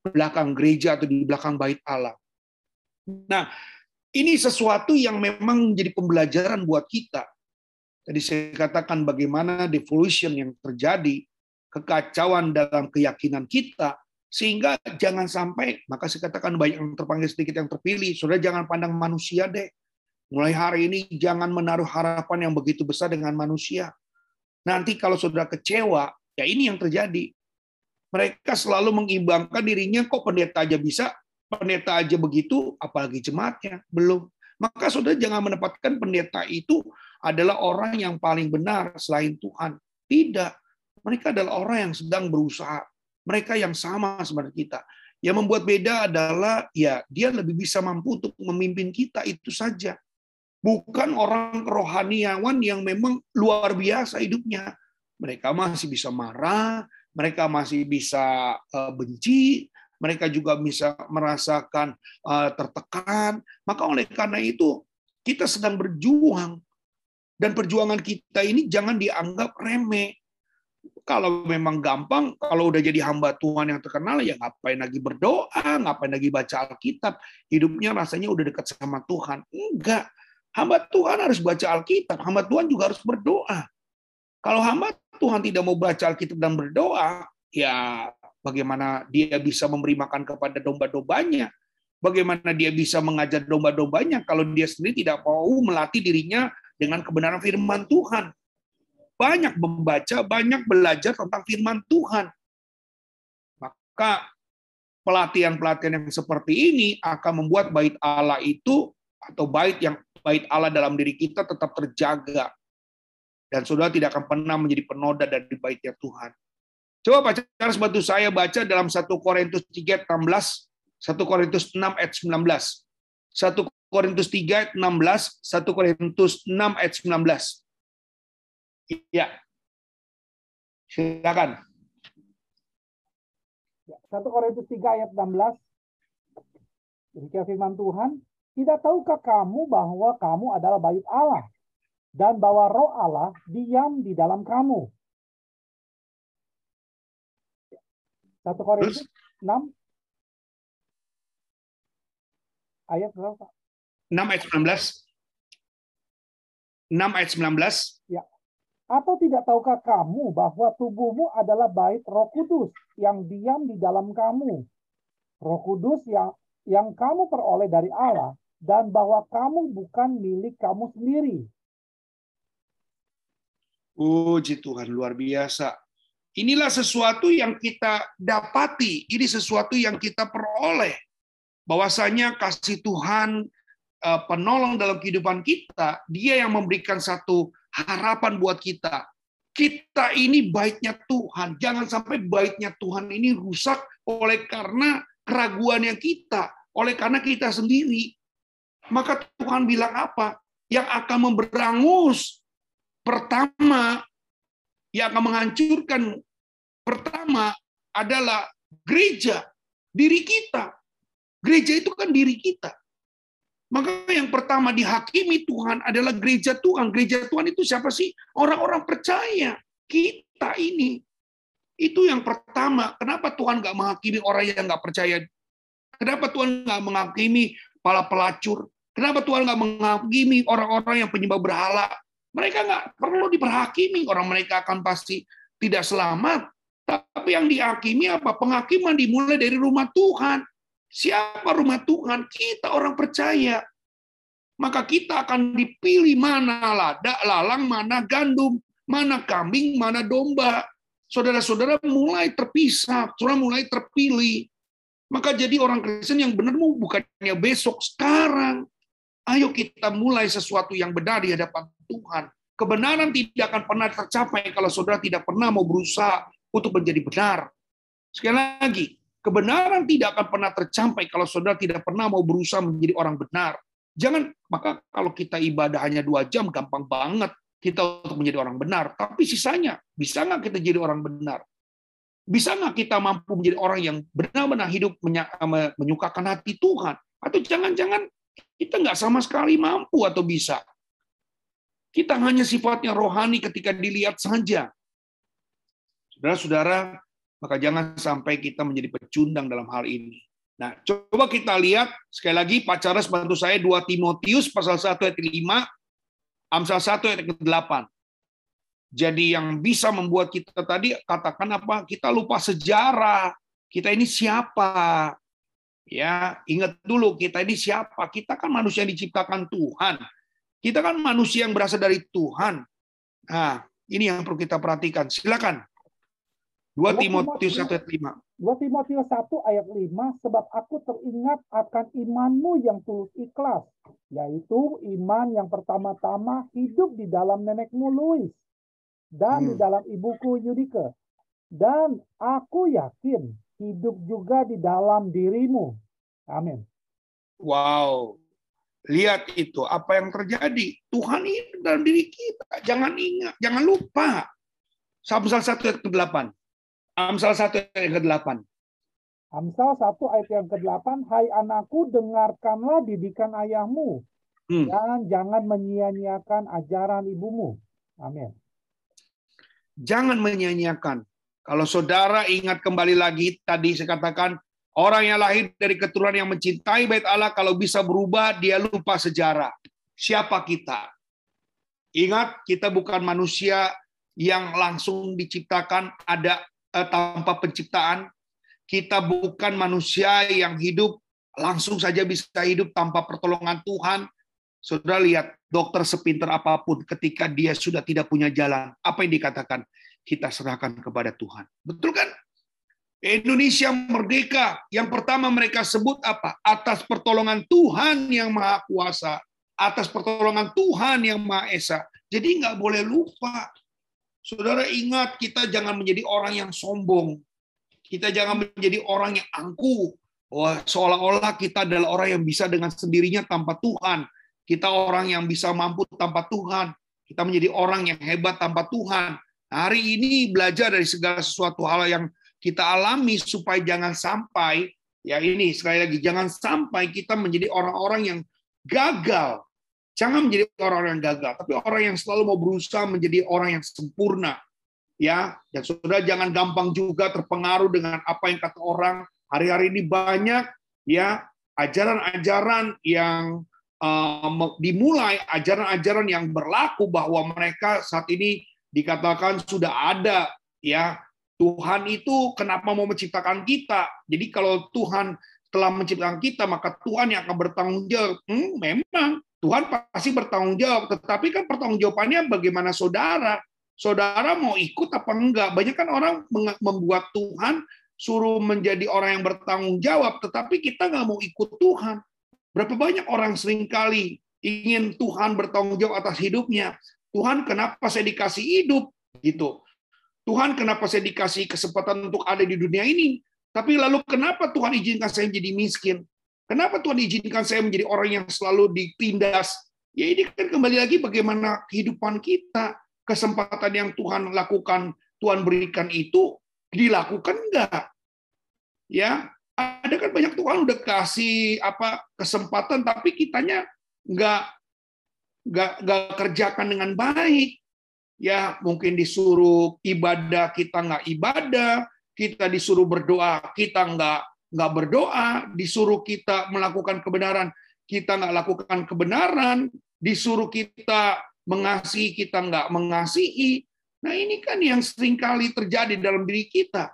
belakang gereja atau di belakang bait Allah. Nah, ini sesuatu yang memang menjadi pembelajaran buat kita. Jadi saya katakan bagaimana devolution yang terjadi, kekacauan dalam keyakinan kita, sehingga jangan sampai, maka saya katakan banyak yang terpanggil sedikit yang terpilih, saudara jangan pandang manusia deh. Mulai hari ini jangan menaruh harapan yang begitu besar dengan manusia. Nanti kalau saudara kecewa, ya ini yang terjadi. Mereka selalu mengimbangkan dirinya, kok pendeta aja bisa, pendeta aja begitu, apalagi jemaatnya, belum. Maka saudara jangan menempatkan pendeta itu adalah orang yang paling benar selain Tuhan. Tidak. Mereka adalah orang yang sedang berusaha. Mereka yang sama seperti kita. Yang membuat beda adalah ya dia lebih bisa mampu untuk memimpin kita, itu saja. Bukan orang rohaniawan yang memang luar biasa hidupnya. Mereka masih bisa marah, mereka masih bisa benci, mereka juga bisa merasakan tertekan. Maka oleh karena itu kita sedang berjuang. Dan perjuangan kita ini jangan dianggap remeh. Kalau memang gampang, kalau udah jadi hamba Tuhan yang terkenal, ya ngapain lagi berdoa, ngapain lagi baca Alkitab, hidupnya rasanya udah dekat sama Tuhan. Enggak. Hamba Tuhan harus baca Alkitab, hamba Tuhan juga harus berdoa. Kalau hamba Tuhan tidak mau baca Alkitab dan berdoa, ya bagaimana dia bisa memberi makan kepada domba-dombanya? Bagaimana dia bisa mengajar domba-dombanya kalau dia sendiri tidak mau melatih dirinya dengan kebenaran firman Tuhan? Banyak membaca, banyak belajar tentang firman Tuhan. Maka pelatihan-pelatihan yang seperti ini akan membuat bait Allah itu, atau bait yang bait Allah dalam diri kita tetap terjaga. Dan saudara tidak akan pernah menjadi penoda dari baitnya Tuhan. Coba baca, bantu saya baca dalam satu Korintus tiga ayat enam belas, satu Korintus enam ayat sembilan belas. satu Korintus tiga ayat enam belas, satu Korintus enam ayat sembilan belas. Ya, silakan. satu Korintus tiga ayat enam belas. Demikian firman Tuhan, tidak tahukah kamu bahwa kamu adalah bait Allah dan bahwa Roh Allah diam di dalam kamu? satu Korintus enam ayat berapa? enam ayat sembilan belas. enam ayat sembilan belas. Ya. Atau tidak tahukah kamu bahwa tubuhmu adalah bait Roh Kudus yang diam di dalam kamu? Roh Kudus yang yang kamu peroleh dari Allah, dan bahwa kamu bukan milik kamu sendiri. Puji Tuhan, luar biasa. Inilah sesuatu yang kita dapati, ini sesuatu yang kita peroleh. Bahwasanya kasih Tuhan penolong dalam kehidupan kita, dia yang memberikan satu harapan buat kita. Kita ini baitnya Tuhan. Jangan sampai baitnya Tuhan ini rusak oleh karena keraguannya kita, oleh karena kita sendiri. Maka Tuhan bilang apa? Yang akan memberangus pertama, yang akan menghancurkan pertama adalah gereja, diri kita. Gereja itu kan diri kita. Maka yang pertama dihakimi Tuhan adalah gereja Tuhan. Gereja Tuhan itu siapa sih? Orang-orang percaya. Kita ini. Itu yang pertama. Kenapa Tuhan nggak menghakimi orang yang nggak percaya? Kenapa Tuhan nggak menghakimi para pelacur? Kenapa Tuhan nggak menghakimi orang-orang yang penyembah berhala? Mereka nggak perlu diperhakimi. Orang mereka akan pasti tidak selamat. Tapi yang dihakimi apa? Penghakiman dimulai dari rumah Tuhan. Siapa rumah Tuhan? Kita orang percaya. Maka kita akan dipilih mana lada, lalang, mana gandum, mana kambing, mana domba. Saudara-saudara mulai terpisah, saudara mulai terpilih. Maka jadi orang Kristen yang benar bukannya besok, sekarang. Ayo kita mulai sesuatu yang benar di hadapan Tuhan. Kebenaran tidak akan pernah tercapai kalau saudara tidak pernah mau berusaha untuk menjadi benar. Sekali lagi, kebenaran tidak akan pernah tercapai kalau saudara tidak pernah mau berusaha menjadi orang benar. Jangan, maka kalau kita ibadah hanya dua jam, gampang banget kita untuk menjadi orang benar. Tapi sisanya, bisa nggak kita jadi orang benar? Bisa nggak kita mampu menjadi orang yang benar-benar hidup menyukakan hati Tuhan? Atau jangan-jangan kita nggak sama sekali mampu atau bisa. Kita hanya sifatnya rohani ketika dilihat saja. Saudara-saudara, Maka jangan sampai kita menjadi pecundang dalam hal ini. Nah, coba kita lihat sekali lagi Pak Charles bantu saya dua Timotius pasal satu ayat lima, Amsal satu ayat delapan. Jadi yang bisa membuat kita tadi katakan apa? Kita lupa sejarah. Kita ini siapa? Ya, ingat dulu kita ini siapa? Kita kan manusia yang diciptakan Tuhan. Kita kan manusia yang berasal dari Tuhan. Nah, ini yang perlu kita perhatikan. Silakan. dua Timotius satu ayat lima. dua Timotius satu ayat lima, sebab aku teringat akan imanmu yang tulus ikhlas, yaitu iman yang pertama-tama hidup di dalam nenekmu Lois dan hmm. di dalam ibuku Yudike. Dan aku yakin hidup juga di dalam dirimu. Amin. Wow. Lihat itu apa yang terjadi. Tuhan hidup dalam diri kita. Jangan ingat, jangan lupa. Amsal satu ayat ke delapan. Amsal satu ayat ke delapan. Amsal satu ayat yang ke delapan, hai anakku, dengarkanlah didikan ayahmu, hmm. dan jangan menyia-nyiakan ajaran ibumu. Amin. Jangan menyia-nyiakan. Kalau saudara ingat kembali lagi, tadi saya katakan, orang yang lahir dari keturunan yang mencintai bait Allah, kalau bisa berubah, dia lupa sejarah. Siapa kita? Ingat, kita bukan manusia yang langsung diciptakan ada eh, tanpa penciptaan. Kita bukan manusia yang hidup langsung saja bisa hidup tanpa pertolongan Tuhan. Saudara lihat, dokter sepintar apapun ketika dia sudah tidak punya jalan, apa yang dikatakan? Kita serahkan kepada Tuhan. Betul kan? Indonesia merdeka, yang pertama mereka sebut apa? Atas pertolongan Tuhan yang Maha Kuasa, atas pertolongan Tuhan yang Maha Esa. Jadi nggak boleh lupa. Saudara ingat, kita jangan menjadi orang yang sombong. Kita jangan menjadi orang yang angkuh. Wah, seolah-olah kita adalah orang yang bisa dengan sendirinya tanpa Tuhan. Kita orang yang bisa mampu tanpa Tuhan. Kita menjadi orang yang hebat tanpa Tuhan. Hari ini belajar dari segala sesuatu hal yang kita alami supaya jangan sampai, ya ini sekali lagi, jangan sampai kita menjadi orang-orang yang gagal. Jangan menjadi orang-orang yang gagal, tapi orang yang selalu mau berusaha menjadi orang yang sempurna. Ya, dan saudara jangan gampang juga terpengaruh dengan apa yang kata orang. Hari-hari ini banyak ya ajaran-ajaran yang uh, dimulai, ajaran-ajaran yang berlaku bahwa mereka saat ini dikatakan sudah ada ya Tuhan itu kenapa mau menciptakan kita? Jadi kalau Tuhan telah menciptakan kita, maka Tuhan yang akan bertanggung jawab. Hmm, memang Tuhan pasti bertanggung jawab, tetapi kan pertanggungjawabannya bagaimana saudara? Saudara mau ikut apa enggak? Banyak kan orang membuat Tuhan suruh menjadi orang yang bertanggung jawab, tetapi kita nggak mau ikut Tuhan. Berapa banyak orang seringkali ingin Tuhan bertanggung jawab atas hidupnya. Tuhan, kenapa saya dikasih hidup? Gitu. Tuhan, kenapa saya dikasih kesempatan untuk ada di dunia ini? Tapi lalu kenapa Tuhan izinkan saya menjadi miskin? Kenapa Tuhan izinkan saya menjadi orang yang selalu ditindas? Ya ini kan kembali lagi bagaimana kehidupan kita. Kesempatan yang Tuhan lakukan, Tuhan berikan itu dilakukan enggak? Ya, ada kan banyak Tuhan udah kasih apa kesempatan, tapi kitanya enggak enggak enggak kerjakan dengan baik. Ya, mungkin disuruh ibadah kita enggak ibadah, kita disuruh berdoa kita enggak enggak berdoa, disuruh kita melakukan kebenaran kita enggak lakukan kebenaran, disuruh kita mengasihi kita nggak mengasihi. Nah ini kan yang seringkali terjadi dalam diri kita.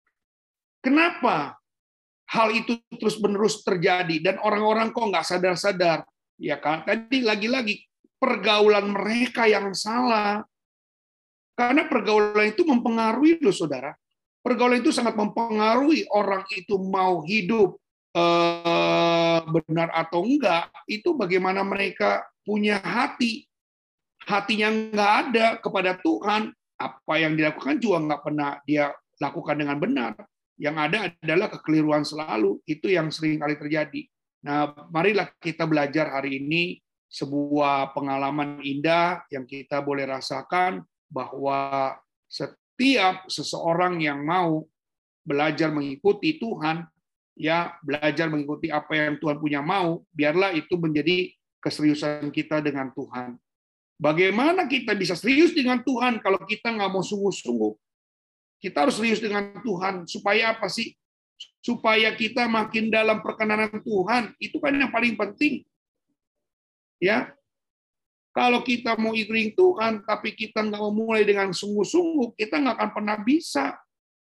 Kenapa hal itu terus-menerus terjadi dan orang-orang kok nggak sadar-sadar? Ya kan? Tadi lagi-lagi pergaulan mereka yang salah. Karena pergaulan itu mempengaruhi loh saudara. Pergaulan itu sangat mempengaruhi orang itu mau hidup eh, benar atau enggak. Itu bagaimana mereka punya hati. Hatinya nggak ada kepada Tuhan, apa yang dilakukan juga nggak pernah dia lakukan dengan benar. Yang ada adalah kekeliruan selalu. Itu yang sering kali terjadi. Nah, marilah kita belajar hari ini sebuah pengalaman indah yang kita boleh rasakan bahwa setiap seseorang yang mau belajar mengikuti Tuhan, ya belajar mengikuti apa yang Tuhan punya mau, biarlah itu menjadi keseriusan kita dengan Tuhan. Bagaimana kita bisa serius dengan Tuhan kalau kita nggak mau sungguh-sungguh? Kita harus serius dengan Tuhan. Supaya apa sih? Supaya kita makin dalam perkenanan Tuhan. Itu kan yang paling penting. Ya, kalau kita mau ikring Tuhan, tapi kita nggak memulai dengan sungguh-sungguh, kita nggak akan pernah bisa.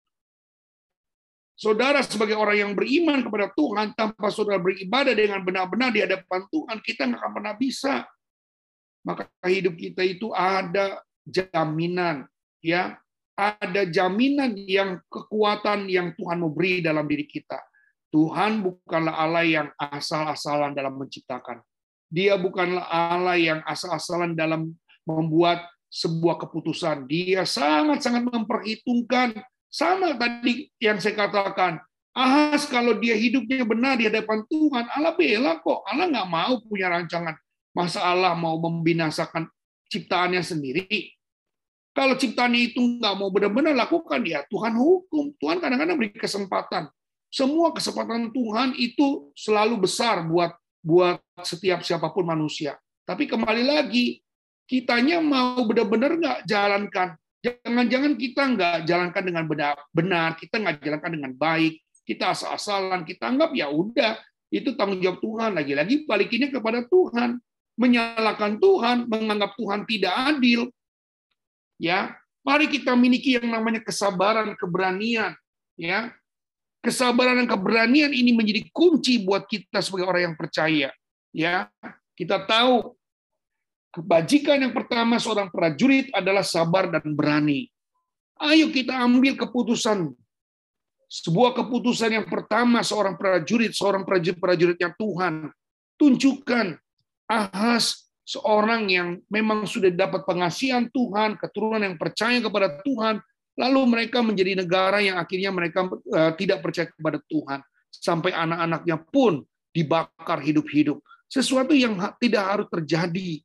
Saudara sebagai orang yang beriman kepada Tuhan, tanpa saudara beribadah dengan benar-benar di hadapan Tuhan, kita nggak akan pernah bisa. Maka hidup kita itu ada jaminan, ya, ada jaminan yang kekuatan yang Tuhan mau beri dalam diri kita. Tuhan bukanlah Allah yang asal-asalan dalam menciptakan. Dia bukanlah Allah yang asal-asalan dalam membuat sebuah keputusan. Dia sangat-sangat memperhitungkan. Sama tadi yang saya katakan, Ahas kalau dia hidupnya benar di hadapan Tuhan, Allah bela kok. Allah nggak mau punya rancangan. Masa Allah mau membinasakan ciptaannya sendiri? Kalau ciptaannya itu nggak mau benar-benar lakukan, ya Tuhan hukum. Tuhan kadang-kadang beri kesempatan. Semua kesempatan Tuhan itu selalu besar buat buat setiap siapapun manusia. Tapi kembali lagi, kitanya mau benar-benar nggak jalankan. Jangan-jangan kita nggak jalankan dengan benar, benar, kita nggak jalankan dengan baik, kita asal-asalan, kita anggap ya udah, itu tanggung jawab Tuhan. Lagi-lagi balikinnya kepada Tuhan, menyalahkan Tuhan, menganggap Tuhan tidak adil. Ya, mari kita miliki yang namanya kesabaran, keberanian. Ya, kesabaran dan keberanian ini menjadi kunci buat kita sebagai orang yang percaya. Ya, kita tahu kebajikan yang pertama seorang prajurit adalah sabar dan berani. Ayo kita ambil keputusan. Sebuah keputusan yang pertama seorang prajurit, seorang prajurit-prajuritnya Tuhan. Tunjukkan Ahas seorang yang memang sudah dapat pengasihan Tuhan, keturunan yang percaya kepada Tuhan, lalu mereka menjadi negara yang akhirnya mereka tidak percaya kepada Tuhan. Sampai anak-anaknya pun dibakar hidup-hidup. Sesuatu yang tidak harus terjadi.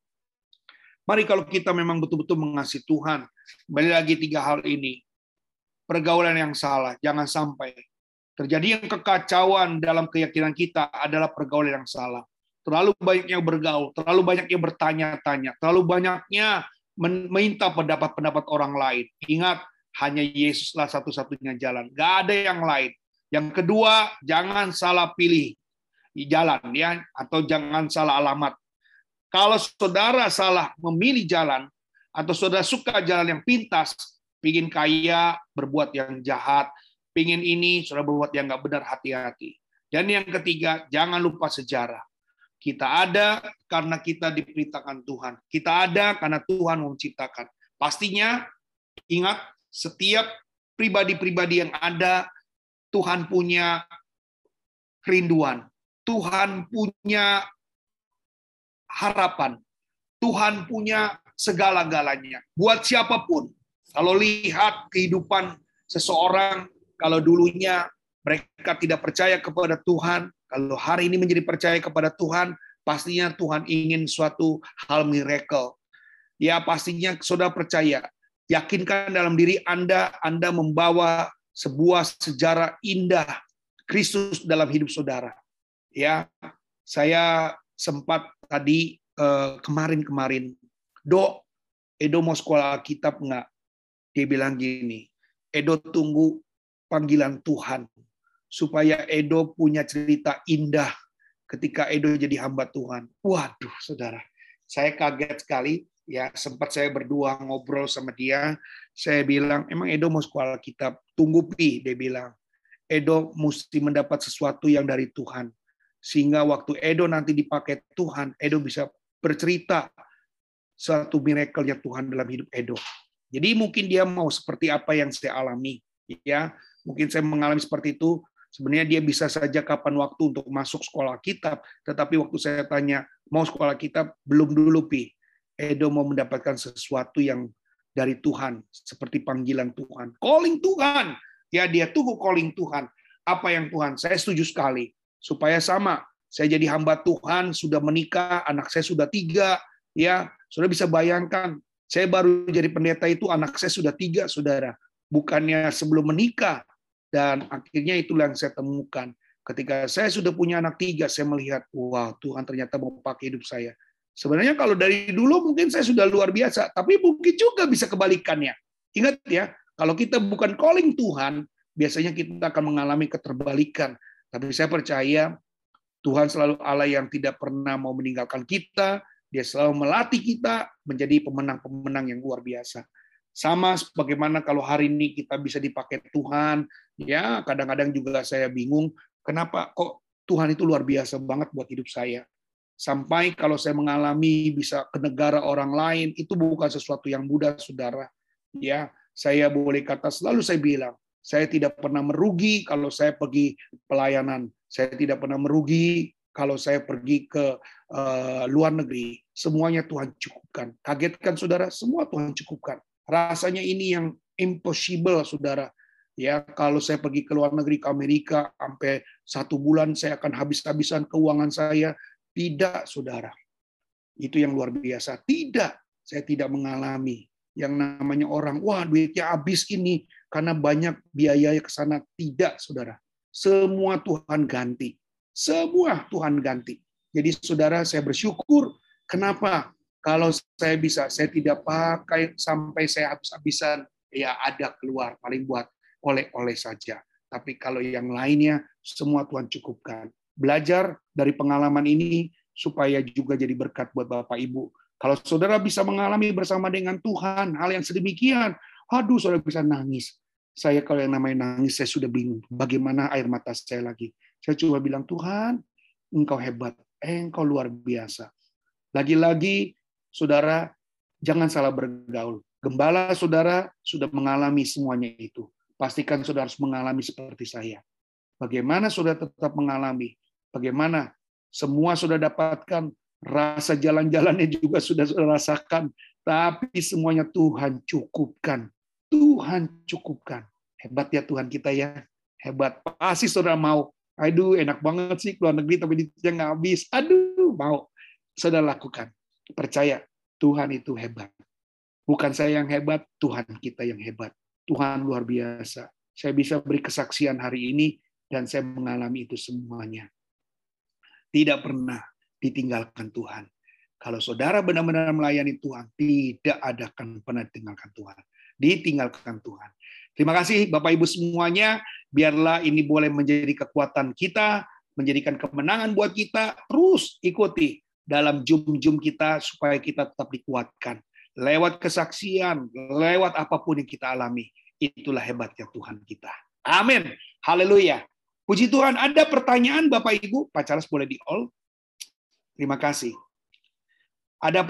Mari kalau kita memang betul-betul mengasihi Tuhan, kembali lagi tiga hal ini. Pergaulan yang salah, jangan sampai terjadi yang kekacauan dalam keyakinan kita adalah pergaulan yang salah. Terlalu banyaknya bergaul, terlalu banyaknya bertanya-tanya, terlalu banyaknya meminta pendapat-pendapat orang lain. Ingat, hanya Yesuslah satu-satunya jalan, nggak ada yang lain. Yang kedua, jangan salah pilih jalan, ya, atau jangan salah alamat. Kalau saudara salah memilih jalan, atau saudara suka jalan yang pintas, pingin kaya, berbuat yang jahat, pingin ini, saudara berbuat yang nggak benar, hati-hati. Dan yang ketiga, jangan lupa sejarah. Kita ada karena kita diperintahkan Tuhan. Kita ada karena Tuhan menciptakan. Pastinya, ingat, setiap pribadi-pribadi yang ada, Tuhan punya kerinduan. Tuhan punya harapan. Tuhan punya segala-galanya. Buat siapapun. Kalau lihat kehidupan seseorang, kalau dulunya mereka tidak percaya kepada Tuhan, kalau hari ini menjadi percaya kepada Tuhan, pastinya Tuhan ingin suatu hal miracle. Ya, pastinya saudara percaya. Yakinkan dalam diri Anda, Anda membawa sebuah sejarah indah Kristus dalam hidup saudara. Ya, saya sempat tadi kemarin-kemarin, Dok, Edo mau sekolah Alkitab nggak? Dia bilang gini, Edo tunggu panggilan Tuhan, supaya Edo punya cerita indah ketika Edo jadi hamba Tuhan. Waduh, saudara, saya kaget sekali. Ya, sempat saya berdua ngobrol sama dia. Saya bilang, emang Edo mau sekolah Alkitab? Tunggu Pi, dia bilang. Edo mesti mendapat sesuatu yang dari Tuhan. Sehingga waktu Edo nanti dipakai Tuhan, Edo bisa bercerita suatu miracle-nya Tuhan dalam hidup Edo. Jadi mungkin dia mau seperti apa yang saya alami. Ya, mungkin saya mengalami seperti itu. Sebenarnya dia bisa saja kapan waktu untuk masuk sekolah Alkitab, tetapi waktu saya tanya, mau sekolah Alkitab? Belum dulu, Pi. Edo mau mendapatkan sesuatu yang dari Tuhan, seperti panggilan Tuhan. Calling Tuhan. Ya, dia tunggu calling Tuhan. Apa yang Tuhan? Saya setuju sekali. Supaya sama, saya jadi hamba Tuhan, sudah menikah, anak saya sudah tiga, ya, sudah bisa bayangkan, saya baru jadi pendeta itu, anak saya sudah tiga, saudara. Bukannya sebelum menikah, dan akhirnya itulah yang saya temukan. Ketika saya sudah punya anak tiga, saya melihat, wow, Tuhan ternyata mau pakai hidup saya. Sebenarnya kalau dari dulu mungkin saya sudah luar biasa, tapi mungkin juga bisa kebalikannya. Ingat ya, Kalau kita bukan calling Tuhan, biasanya kita akan mengalami keterbalikan. Tapi saya percaya Tuhan selalu Allah yang tidak pernah mau meninggalkan kita. Dia selalu melatih kita menjadi pemenang-pemenang yang luar biasa. Sama sebagaimana kalau hari ini kita bisa dipakai Tuhan, ya kadang-kadang juga saya bingung, kenapa kok Tuhan itu luar biasa banget buat hidup saya. Sampai kalau saya mengalami bisa ke negara orang lain, itu bukan sesuatu yang mudah, saudara. Ya, saya boleh kata selalu saya bilang, saya tidak pernah merugi kalau saya pergi pelayanan. Saya tidak pernah merugi kalau saya pergi ke uh, luar negeri. Semuanya Tuhan cukupkan. Kagetkan saudara, semua Tuhan cukupkan. Rasanya ini yang impossible, saudara. Ya, kalau saya pergi ke luar negeri, ke Amerika, sampai satu bulan saya akan habis-habisan keuangan saya. Tidak, saudara. Itu yang luar biasa. Tidak, saya tidak mengalami yang namanya orang, wah duitnya habis ini karena banyak biaya ke sana. Tidak, saudara. Semua Tuhan ganti. Semua Tuhan ganti. Jadi saudara, saya bersyukur. Kenapa? Kalau saya bisa, saya tidak pakai sampai saya habis-habisan, ya ada keluar, paling buat oleh-oleh saja. Tapi kalau yang lainnya, semua Tuhan cukupkan. Belajar dari pengalaman ini supaya juga jadi berkat buat Bapak Ibu. Kalau saudara bisa mengalami bersama dengan Tuhan hal yang sedemikian, aduh saudara bisa nangis. Saya kalau yang namanya nangis, saya sudah bingung. Bagaimana air mata saya lagi? Saya cuma bilang, Tuhan, Engkau hebat, Engkau luar biasa. Lagi-lagi, saudara, jangan salah bergaul. Gembala saudara sudah mengalami semuanya itu. Pastikan saudara harus mengalami seperti saya. Bagaimana saudara tetap mengalami? Bagaimana semua sudah dapatkan, rasa jalan-jalannya juga sudah rasakan, tapi semuanya Tuhan cukupkan. Tuhan cukupkan. Hebat ya Tuhan kita ya. Hebat. Pasti saudara mau. Aduh, enak banget sih keluar negeri tapi duitnya nggak habis. Aduh, mau. Saudara lakukan. Percaya, Tuhan itu hebat. Bukan saya yang hebat, Tuhan kita yang hebat. Tuhan luar biasa. Saya bisa beri kesaksian hari ini, dan saya mengalami itu semuanya. Tidak pernah ditinggalkan Tuhan. Kalau saudara benar-benar melayani Tuhan, tidak ada akan pernah ditinggalkan Tuhan. Ditinggalkan Tuhan. Terima kasih Bapak Ibu semuanya. Biarlah ini boleh menjadi kekuatan kita, menjadikan kemenangan buat kita. Terus ikuti dalam jum-jum kita supaya kita tetap dikuatkan. Lewat kesaksian, lewat apapun yang kita alami. Itulah hebatnya Tuhan kita. Amin. Haleluya. Puji Tuhan. Ada pertanyaan Bapak Ibu? Pak Charles boleh di all. Terima kasih. Ada